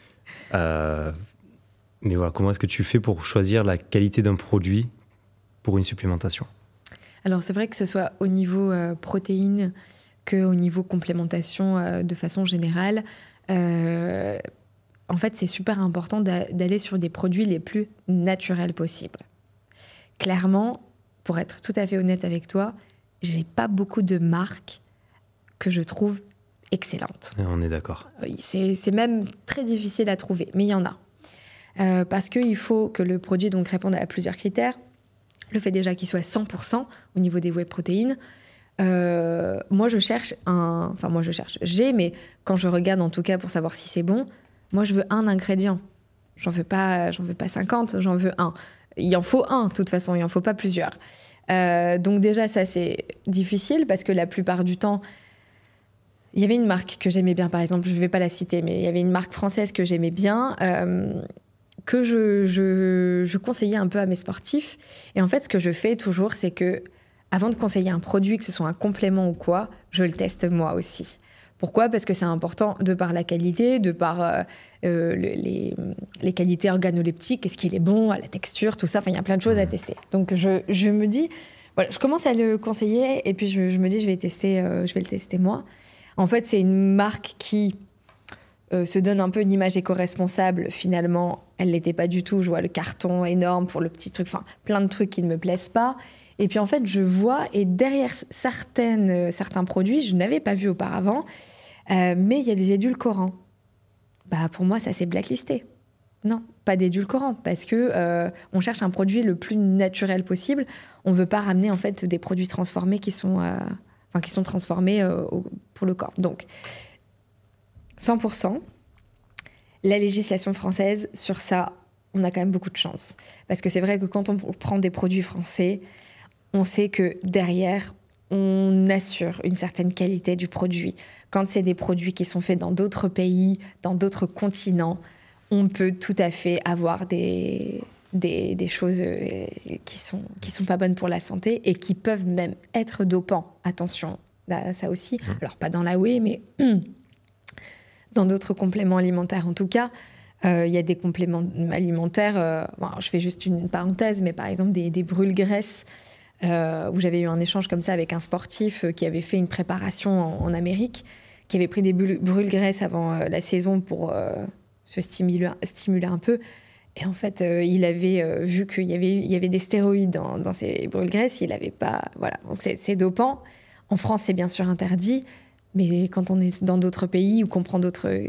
Mais voilà, comment est-ce que tu fais pour choisir la qualité d'un produit pour une supplémentation? Alors, c'est vrai que ce soit au niveau protéines qu'au niveau complémentation de façon générale. En fait, c'est super important d'aller sur des produits les plus naturels possibles. Clairement, pour être tout à fait honnête avec toi, j'ai pas beaucoup de marques que je trouve excellentes. On est d'accord. Oui, c'est même très difficile à trouver, mais il y en a. Parce qu'il faut que le produit donc réponde à plusieurs critères. Le fait déjà qu'il soit 100% au niveau des whey protéines. Moi, mais quand je regarde en tout cas pour savoir si c'est bon, moi, je veux un ingrédient. J'en veux pas 50, j'en veux un. Il en faut un, de toute façon, il en faut pas plusieurs. Donc déjà, ça, c'est difficile parce que la plupart du temps, il y avait une marque que j'aimais bien, par exemple, je vais pas la citer, mais il y avait une marque française que j'aimais bien, que je conseillais un peu à mes sportifs. Et en fait, ce que je fais toujours, c'est que avant de conseiller un produit, que ce soit un complément ou quoi, je le teste moi aussi. Pourquoi ? Parce que c'est important de par la qualité, de par les qualités organoleptiques, est-ce qu'il est bon, à la texture, tout ça. Enfin, il y a plein de choses à tester. Donc, je me dis, voilà, je commence à le conseiller et puis je me dis, je vais le tester moi. En fait, c'est une marque qui se donne un peu une image éco-responsable. Finalement, elle ne l'était pas du tout. Je vois le carton énorme pour le petit truc, enfin, plein de trucs qui ne me plaisent pas. Et puis en fait, je vois, et derrière certains produits, je n'avais pas vu auparavant, mais il y a des édulcorants. Bah, pour moi, ça c'est blacklisté. Non, pas d'édulcorants, parce que on cherche un produit le plus naturel possible. On ne veut pas ramener en fait des produits transformés qui sont transformés pour le corps. Donc, 100%. La législation française, sur ça, on a quand même beaucoup de chance. Parce que c'est vrai que quand on prend des produits français, on sait que derrière, on assure une certaine qualité du produit. Quand c'est des produits qui sont faits dans d'autres pays, dans d'autres continents, on peut tout à fait avoir des choses qui sont pas bonnes pour la santé et qui peuvent même être dopants. Attention à ça aussi. Alors, pas dans la whey, mais dans d'autres compléments alimentaires. En tout cas, il y a des compléments alimentaires... je fais juste une parenthèse, mais par exemple, des brûle-graisses où j'avais eu un échange comme ça avec un sportif qui avait fait une préparation en Amérique, qui avait pris des brûle-graisse avant la saison pour se stimuler un peu. Et en fait, il avait vu qu'il y avait des stéroïdes dans ces brûle-graisses. Il n'avait pas... Voilà, donc c'est dopant. En France, c'est bien sûr interdit. Mais quand on est dans d'autres pays ou qu'on prend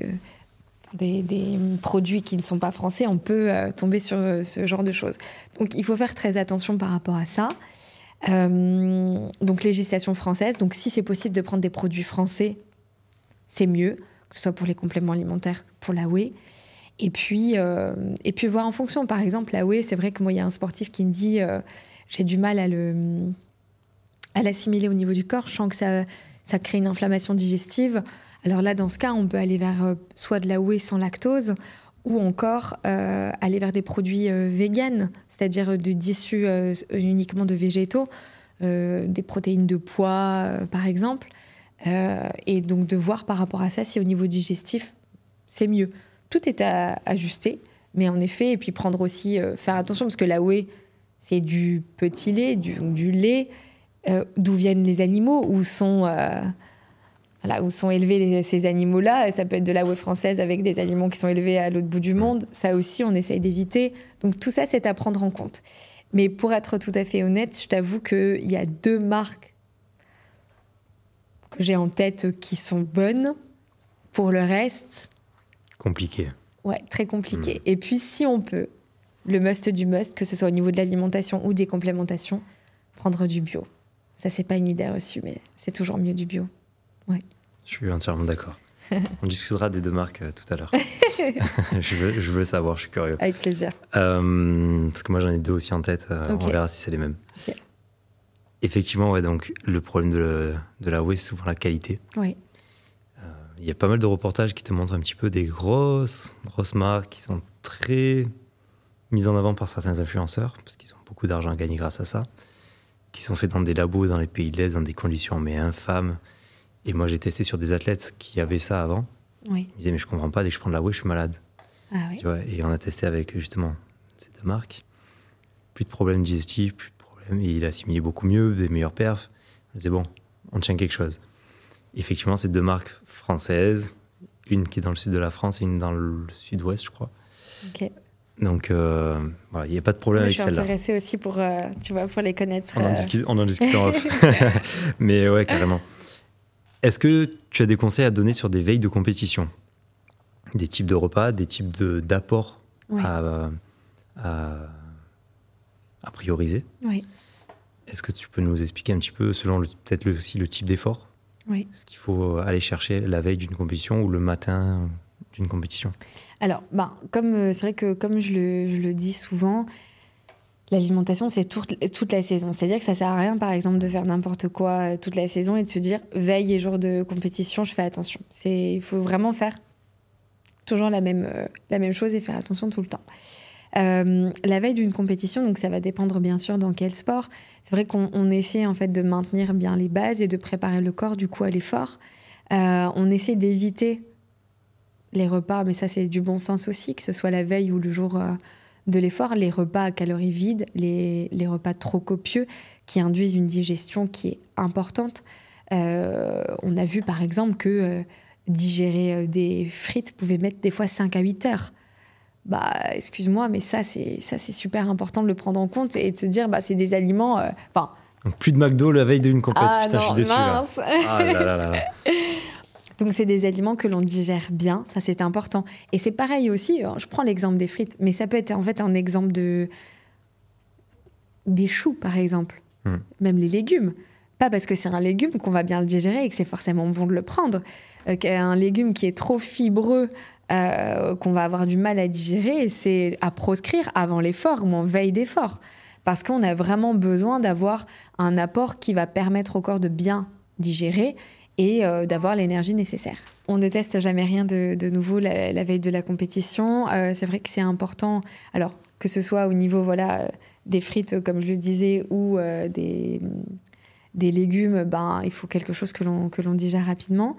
des produits qui ne sont pas français, on peut tomber sur ce genre de choses. Donc, il faut faire très attention par rapport à ça. Donc, législation française. Donc, si c'est possible de prendre des produits français, c'est mieux, que ce soit pour les compléments alimentaires, pour la whey. Et puis voir en fonction. Par exemple, la whey, c'est vrai que moi, il y a un sportif qui me dit j'ai du mal à l'assimiler au niveau du corps. Je sens que ça crée une inflammation digestive. Alors là, dans ce cas, on peut aller vers soit de la whey sans lactose ou encore aller vers des produits véganes, c'est-à-dire issus uniquement de végétaux, des protéines de pois, par exemple. Et donc, de voir par rapport à ça si au niveau digestif, c'est mieux. Tout est à ajuster, mais en effet, et puis prendre aussi, faire attention, parce que la whey, c'est du petit lait, du lait, d'où viennent les animaux, où sont élevés ces animaux-là. Ça peut être de la whey française avec des aliments qui sont élevés à l'autre bout du monde. Ça aussi, on essaye d'éviter. Donc tout ça, c'est à prendre en compte. Mais pour être tout à fait honnête, je t'avoue qu'il y a 2 marques que j'ai en tête qui sont bonnes. Pour le reste... Compliqué. Ouais, très compliqué. Et puis, si on peut, le must du must, que ce soit au niveau de l'alimentation ou des complémentations, prendre du bio. Ça, c'est pas une idée reçue, mais c'est toujours mieux du bio. Ouais. Je suis entièrement d'accord. On discutera des 2 marques tout à l'heure. je veux savoir, je suis curieux. Avec plaisir. Parce que moi, j'en ai 2 aussi en tête. Okay. On verra si c'est les mêmes. Okay. Effectivement, ouais, donc, le problème de la whey, c'est souvent la qualité. Oui. Il y a pas mal de reportages qui te montrent un petit peu des grosses marques qui sont très mises en avant par certains influenceurs, parce qu'ils ont beaucoup d'argent à gagner grâce à ça, qui sont faits dans des labos, dans les pays de l'Est, dans des conditions mais infâmes. Et moi, j'ai testé sur des athlètes qui avaient ça avant. Oui. Ils me disaient, mais je comprends pas, dès que je prends de la whey, je suis malade. Ah oui. Tu vois, et on a testé avec, justement, ces 2 marques. Plus de problèmes digestifs, plus de problèmes. Et il assimilait beaucoup mieux, des meilleurs perfs. Je disais, bon, on tient quelque chose. Effectivement, c'est 2 marques françaises, une qui est dans le sud de la France et une dans le sud-ouest, je crois. Ok. Donc, voilà, il n'y a pas de problème avec celle-là. Je suis intéressée aussi pour les connaître. On en discute en off. Mais ouais, carrément. Est-ce que tu as des conseils à donner sur des veilles de compétition ? Des types de repas, des types d'apports oui. à prioriser ? Oui. Est-ce que tu peux nous expliquer un petit peu, selon peut-être aussi le type d'effort ? Oui. Ce qu'il faut aller chercher la veille d'une compétition ou le matin d'une compétition. Alors, c'est vrai que comme je le dis souvent, l'alimentation, c'est toute la saison. C'est-à-dire que ça ne sert à rien, par exemple, de faire n'importe quoi toute la saison et de se dire, veille et jour de compétition, je fais attention. Il faut vraiment faire toujours la même chose et faire attention tout le temps. La veille d'une compétition, donc ça va dépendre bien sûr dans quel sport. C'est vrai qu'on essaie en fait de maintenir bien les bases et de préparer le corps du coup à l'effort. On essaie d'éviter les repas, mais ça c'est du bon sens aussi, que ce soit la veille ou le jour de l'effort, les repas à calories vides, les repas trop copieux qui induisent une digestion qui est importante. On a vu par exemple que digérer des frites pouvait mettre des fois 5 à 8 heures. Excuse-moi, mais ça c'est super important de le prendre en compte et de se dire, c'est des aliments... Donc plus de McDo la veille d'une compète. Ah putain, non, je suis déçu mince. là. Ah là là là là. Donc c'est des aliments que l'on digère bien, ça c'est important. Et c'est pareil aussi, je prends l'exemple des frites, mais ça peut être en fait un exemple des choux par exemple, même les légumes. Pas parce que c'est un légume qu'on va bien le digérer et que c'est forcément bon de le prendre. Un légume qui est trop fibreux, qu'on va avoir du mal à digérer, c'est à proscrire avant l'effort ou en veille d'effort. Parce qu'on a vraiment besoin d'avoir un apport qui va permettre au corps de bien digérer et d'avoir l'énergie nécessaire. On ne teste jamais rien de nouveau la veille de la compétition. C'est vrai que c'est important, alors que ce soit au niveau des frites, comme je le disais, ou des légumes, il faut quelque chose que l'on digère rapidement.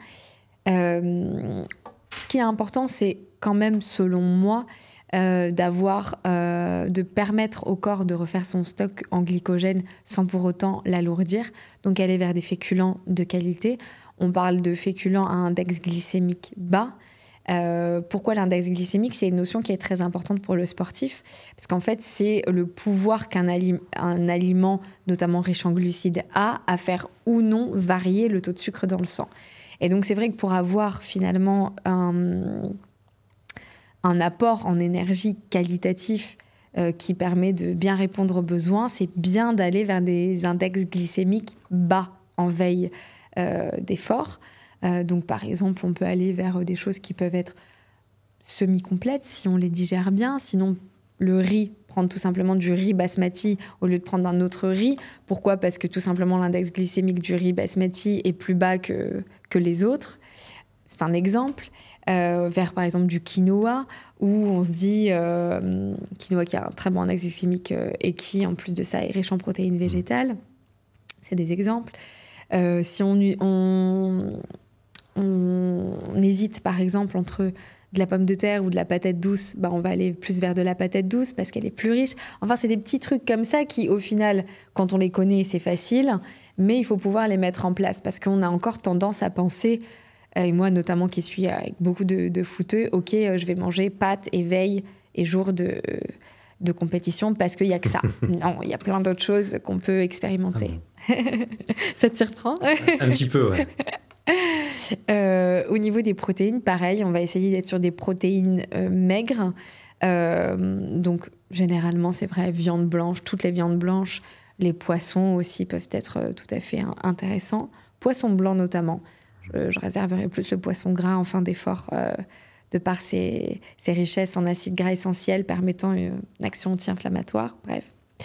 Ce qui est important, c'est quand même, selon moi, d'avoir de permettre au corps de refaire son stock en glycogène sans pour autant l'alourdir. Donc aller vers des féculents de qualité. On parle de féculents à index glycémique bas. Pourquoi l'index glycémique? C'est une notion qui est très importante pour le sportif, parce qu'en fait, c'est le pouvoir qu'un aliment, notamment riche en glucides, a à faire ou non varier le taux de sucre dans le sang. Et donc, c'est vrai que pour avoir finalement un apport en énergie qualitatif qui permet de bien répondre aux besoins, c'est bien d'aller vers des index glycémiques bas en veille d'effort. Donc, par exemple, on peut aller vers des choses qui peuvent être semi-complètes si on les digère bien. Sinon, le riz, prendre tout simplement du riz basmati au lieu de prendre un autre riz. Pourquoi ? Parce que tout simplement, l'index glycémique du riz basmati est plus bas que les autres. C'est un exemple. Vers, par exemple, du quinoa, où on se dit quinoa qui a un très bon index glycémique et qui, en plus de ça, est riche en protéines végétales. C'est des exemples. Si on hésite, par exemple, entre de la pomme de terre ou de la patate douce, on va aller plus vers de la patate douce parce qu'elle est plus riche. Enfin, c'est des petits trucs comme ça qui, au final, quand on les connaît, c'est facile, mais il faut pouvoir les mettre en place parce qu'on a encore tendance à penser, et moi notamment qui suis avec beaucoup de footeux, ok, je vais manger pâtes et veille et jour de compétition parce qu'il n'y a que ça. Non, il y a plein d'autres choses qu'on peut expérimenter. Ça te surprend ? Un petit peu, ouais. Au niveau des protéines, pareil, on va essayer d'être sur des protéines maigres. Donc, généralement, c'est vrai, viande blanche, toutes les viandes blanches, les poissons aussi peuvent être tout à fait intéressants. Poisson blanc notamment. Je réserverai plus le poisson gras en fin d'effort de par ses richesses en acides gras essentiels permettant une action anti-inflammatoire. Bref.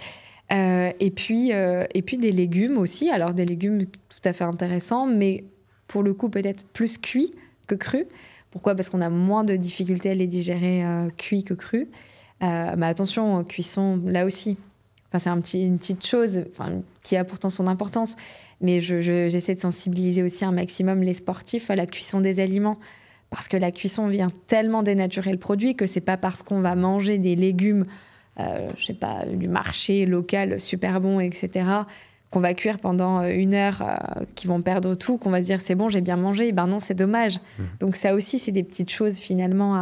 Et puis des légumes aussi. Alors, des légumes tout à fait intéressants, mais pour le coup, peut-être plus cuits que crus. Pourquoi ? Parce qu'on a moins de difficultés à les digérer cuits que crus. Mais attention, cuisson, là aussi. Enfin, c'est une petite chose qui a pourtant son importance. Mais j'essaie de sensibiliser aussi un maximum les sportifs à la cuisson des aliments. Parce que la cuisson vient tellement dénaturer le produit que c'est pas parce qu'on va manger des légumes, je sais pas, du marché local super bon, etc., qu'on va cuire pendant 1 heure, qui vont perdre tout, qu'on va se dire c'est bon, j'ai bien mangé. Ben non, c'est dommage. Donc ça aussi, c'est des petites choses finalement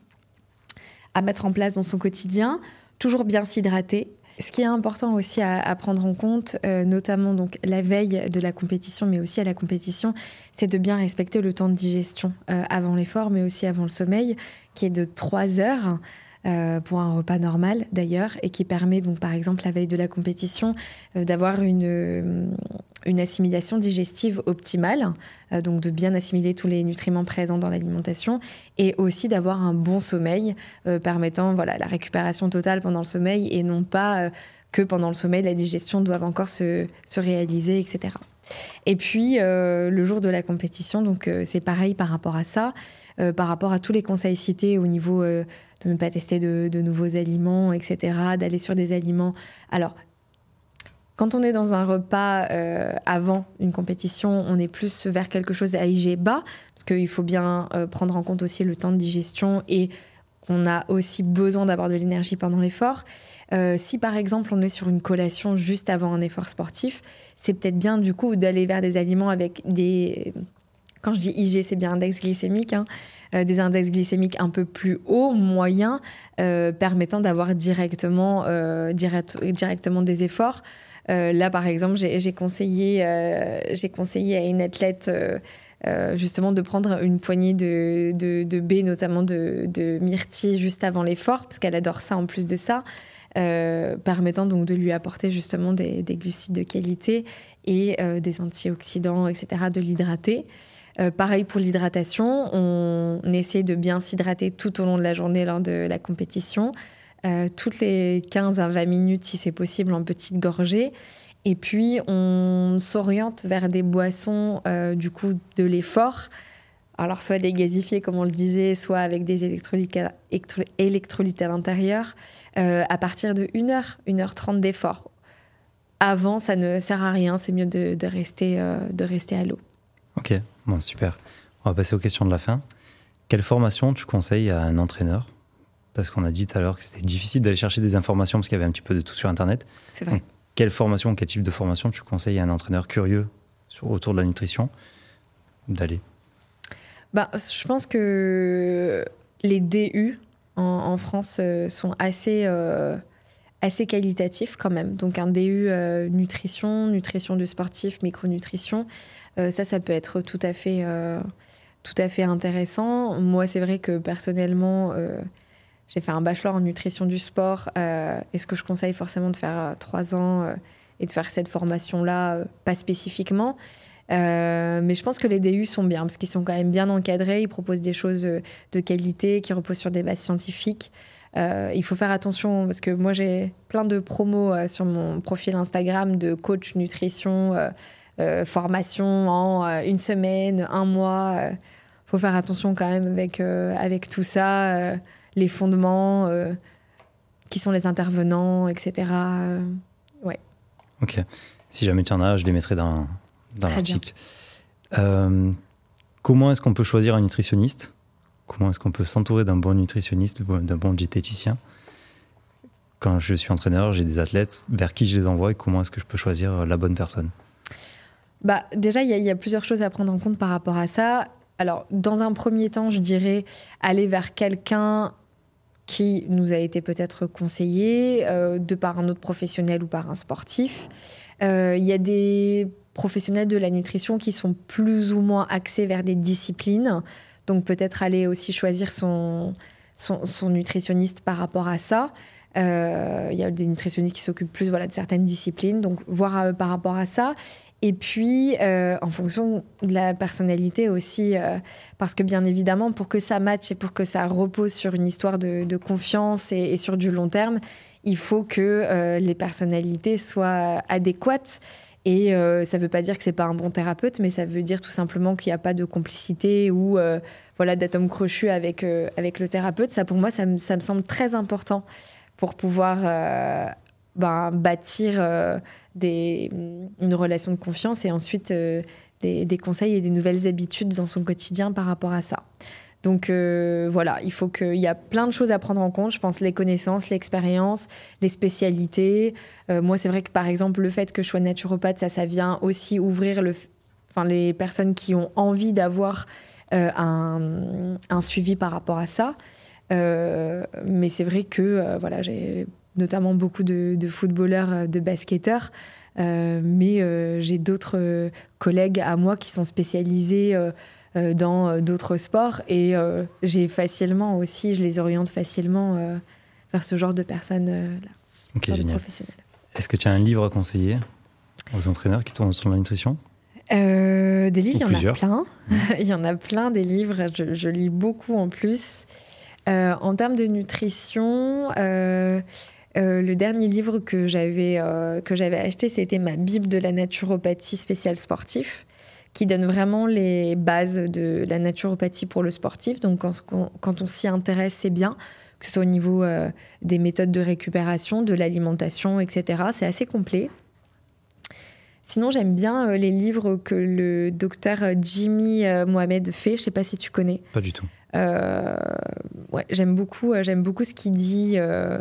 à mettre en place dans son quotidien. Toujours bien s'hydrater. Ce qui est important aussi à prendre en compte, notamment donc la veille de la compétition, mais aussi à la compétition, c'est de bien respecter le temps de digestion avant l'effort, mais aussi avant le sommeil, qui est de 3 heures. Pour un repas normal d'ailleurs, et qui permet donc par exemple la veille de la compétition d'avoir une assimilation digestive optimale, donc de bien assimiler tous les nutriments présents dans l'alimentation, et aussi d'avoir un bon sommeil permettant la récupération totale pendant le sommeil, et non pas que pendant le sommeil la digestion doive encore se réaliser, etc. Et puis le jour de la compétition, donc c'est pareil par rapport à ça, par rapport à tous les conseils cités au niveau de ne pas tester de nouveaux aliments, etc., d'aller sur des aliments. Alors, quand on est dans un repas avant une compétition, on est plus vers quelque chose à IG bas, parce qu'il faut bien prendre en compte aussi le temps de digestion, et on a aussi besoin d'avoir de l'énergie pendant l'effort. Si par exemple on est sur une collation juste avant un effort sportif, c'est peut-être bien du coup d'aller vers des aliments avec des... Quand je dis IG, c'est bien index glycémique, des index glycémiques un peu plus hauts, moyens, permettant d'avoir directement des efforts. Là, par exemple, j'ai conseillé à une athlète justement de prendre une poignée de baies, notamment de myrtille, juste avant l'effort, parce qu'elle adore ça en plus de ça, permettant donc de lui apporter justement des glucides de qualité et des antioxydants, etc., de l'hydrater. Pareil pour l'hydratation, on essaie de bien s'hydrater tout au long de la journée lors de la compétition, toutes les 15 à 20 minutes si c'est possible en petites gorgées. Et puis on s'oriente vers des boissons du coup de l'effort, alors soit des gazifiés comme on le disait, soit avec des électrolytes à l'intérieur, à partir de 1h30 d'effort. Avant, ça ne sert à rien, c'est mieux de rester à l'eau. Ok, bon, super. On va passer aux questions de la fin. Quelle formation tu conseilles à un entraîneur parce qu'on a dit tout à l'heure que c'était difficile d'aller chercher des informations parce qu'il y avait un petit peu de tout sur Internet. C'est vrai. Donc, quelle type de formation tu conseilles à un entraîneur curieux autour de la nutrition d'aller? Je pense que les DU en France sont assez qualitatifs quand même. Donc un DU nutrition du sportif, micronutrition, ça peut être tout à fait intéressant. Moi, c'est vrai que personnellement, j'ai fait un bachelor en nutrition du sport. Est-ce que je conseille forcément de faire 3 ans et de faire cette formation-là? Pas spécifiquement. Mais je pense que les DU sont bien parce qu'ils sont quand même bien encadrés. Ils proposent des choses de qualité qui reposent sur des bases scientifiques. Il faut faire attention parce que moi, j'ai plein de promos sur mon profil Instagram de coach nutrition, formation en 1 semaine, 1 mois. Faut faire attention quand même avec tout ça, les fondements, qui sont les intervenants, etc. Ouais. Ok. Si jamais tu en as, je les mettrai dans l'article. Comment est-ce qu'on peut choisir un nutritionniste? Comment est-ce qu'on peut s'entourer d'un bon nutritionniste, d'un bon diététicien? Quand je suis entraîneur, j'ai des athlètes, vers qui je les envoie et comment est-ce que je peux choisir la bonne personne? Déjà, il y a plusieurs choses à prendre en compte par rapport à ça. Alors, dans un premier temps, je dirais aller vers quelqu'un qui nous a été peut-être conseillé de par un autre professionnel ou par un sportif. Il y a des professionnels de la nutrition qui sont plus ou moins axés vers des disciplines. Donc, peut-être aller aussi choisir son nutritionniste par rapport à ça. Il y a des nutritionnistes qui s'occupent plus de certaines disciplines. Donc, voir par rapport à ça. Et puis, en fonction de la personnalité aussi, parce que bien évidemment, pour que ça matche et pour que ça repose sur une histoire de confiance et sur du long terme, il faut que les personnalités soient adéquates. Et ça ne veut pas dire que ce n'est pas un bon thérapeute, mais ça veut dire tout simplement qu'il n'y a pas de complicité ou d'atome crochu avec le thérapeute. Ça, pour moi, ça me semble très important pour pouvoir bâtir une relation de confiance et ensuite des conseils et des nouvelles habitudes dans son quotidien par rapport à ça. Donc il y a plein de choses à prendre en compte. Je pense les connaissances, l'expérience, les spécialités. Moi, c'est vrai que par exemple, le fait que je sois naturopathe, ça vient aussi ouvrir les personnes qui ont envie d'avoir un suivi par rapport à ça. Mais c'est vrai que j'ai notamment beaucoup de footballeurs, de basketteurs, mais j'ai d'autres collègues à moi qui sont spécialisés dans d'autres sports et je les oriente facilement vers ce genre de personnes-là, génial. De professionnels. Est-ce que tu as un livre à conseiller aux entraîneurs qui tournent sur la nutrition? Des livres, il y en a plein. Mmh. Il y en a plein des livres, je lis beaucoup en plus. En termes de nutrition, le dernier livre que j'avais acheté, c'était ma Bible de la naturopathie spéciale sportif, qui donne vraiment les bases de la naturopathie pour le sportif. Donc quand on s'y intéresse, c'est bien, que ce soit au niveau des méthodes de récupération, de l'alimentation, etc. C'est assez complet. Sinon, j'aime bien les livres que le docteur Jimmy Mohamed fait. Je ne sais pas si tu connais. Pas du tout. J'aime beaucoup ce qu'il dit.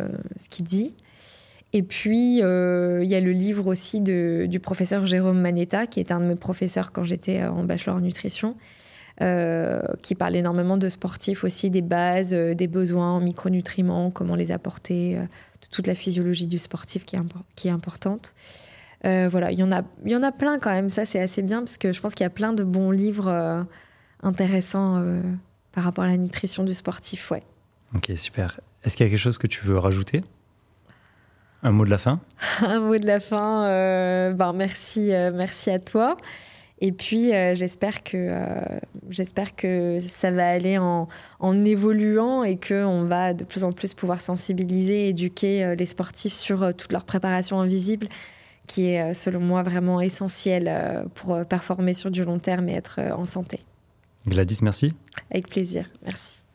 Et puis, il y a le livre aussi du professeur Jérôme Manetta, qui est un de mes professeurs quand j'étais en bachelor en nutrition, qui parle énormément de sportifs aussi, des bases, des besoins en micronutriments, comment les apporter, de toute la physiologie du sportif qui est importante. Il y en a plein quand même. Ça, c'est assez bien parce que je pense qu'il y a plein de bons livres intéressants par rapport à la nutrition du sportif. Ouais. Ok, super. Est-ce qu'il y a quelque chose que tu veux rajouter? Un mot de la fin? Un mot de la fin. Merci à toi. Et puis, j'espère que ça va aller en évoluant et qu'on va de plus en plus pouvoir sensibiliser, éduquer les sportifs sur toute leur préparation invisible, qui est, selon moi, vraiment essentielle pour performer sur du long terme et être en santé. Gladys, merci. Avec plaisir. Merci.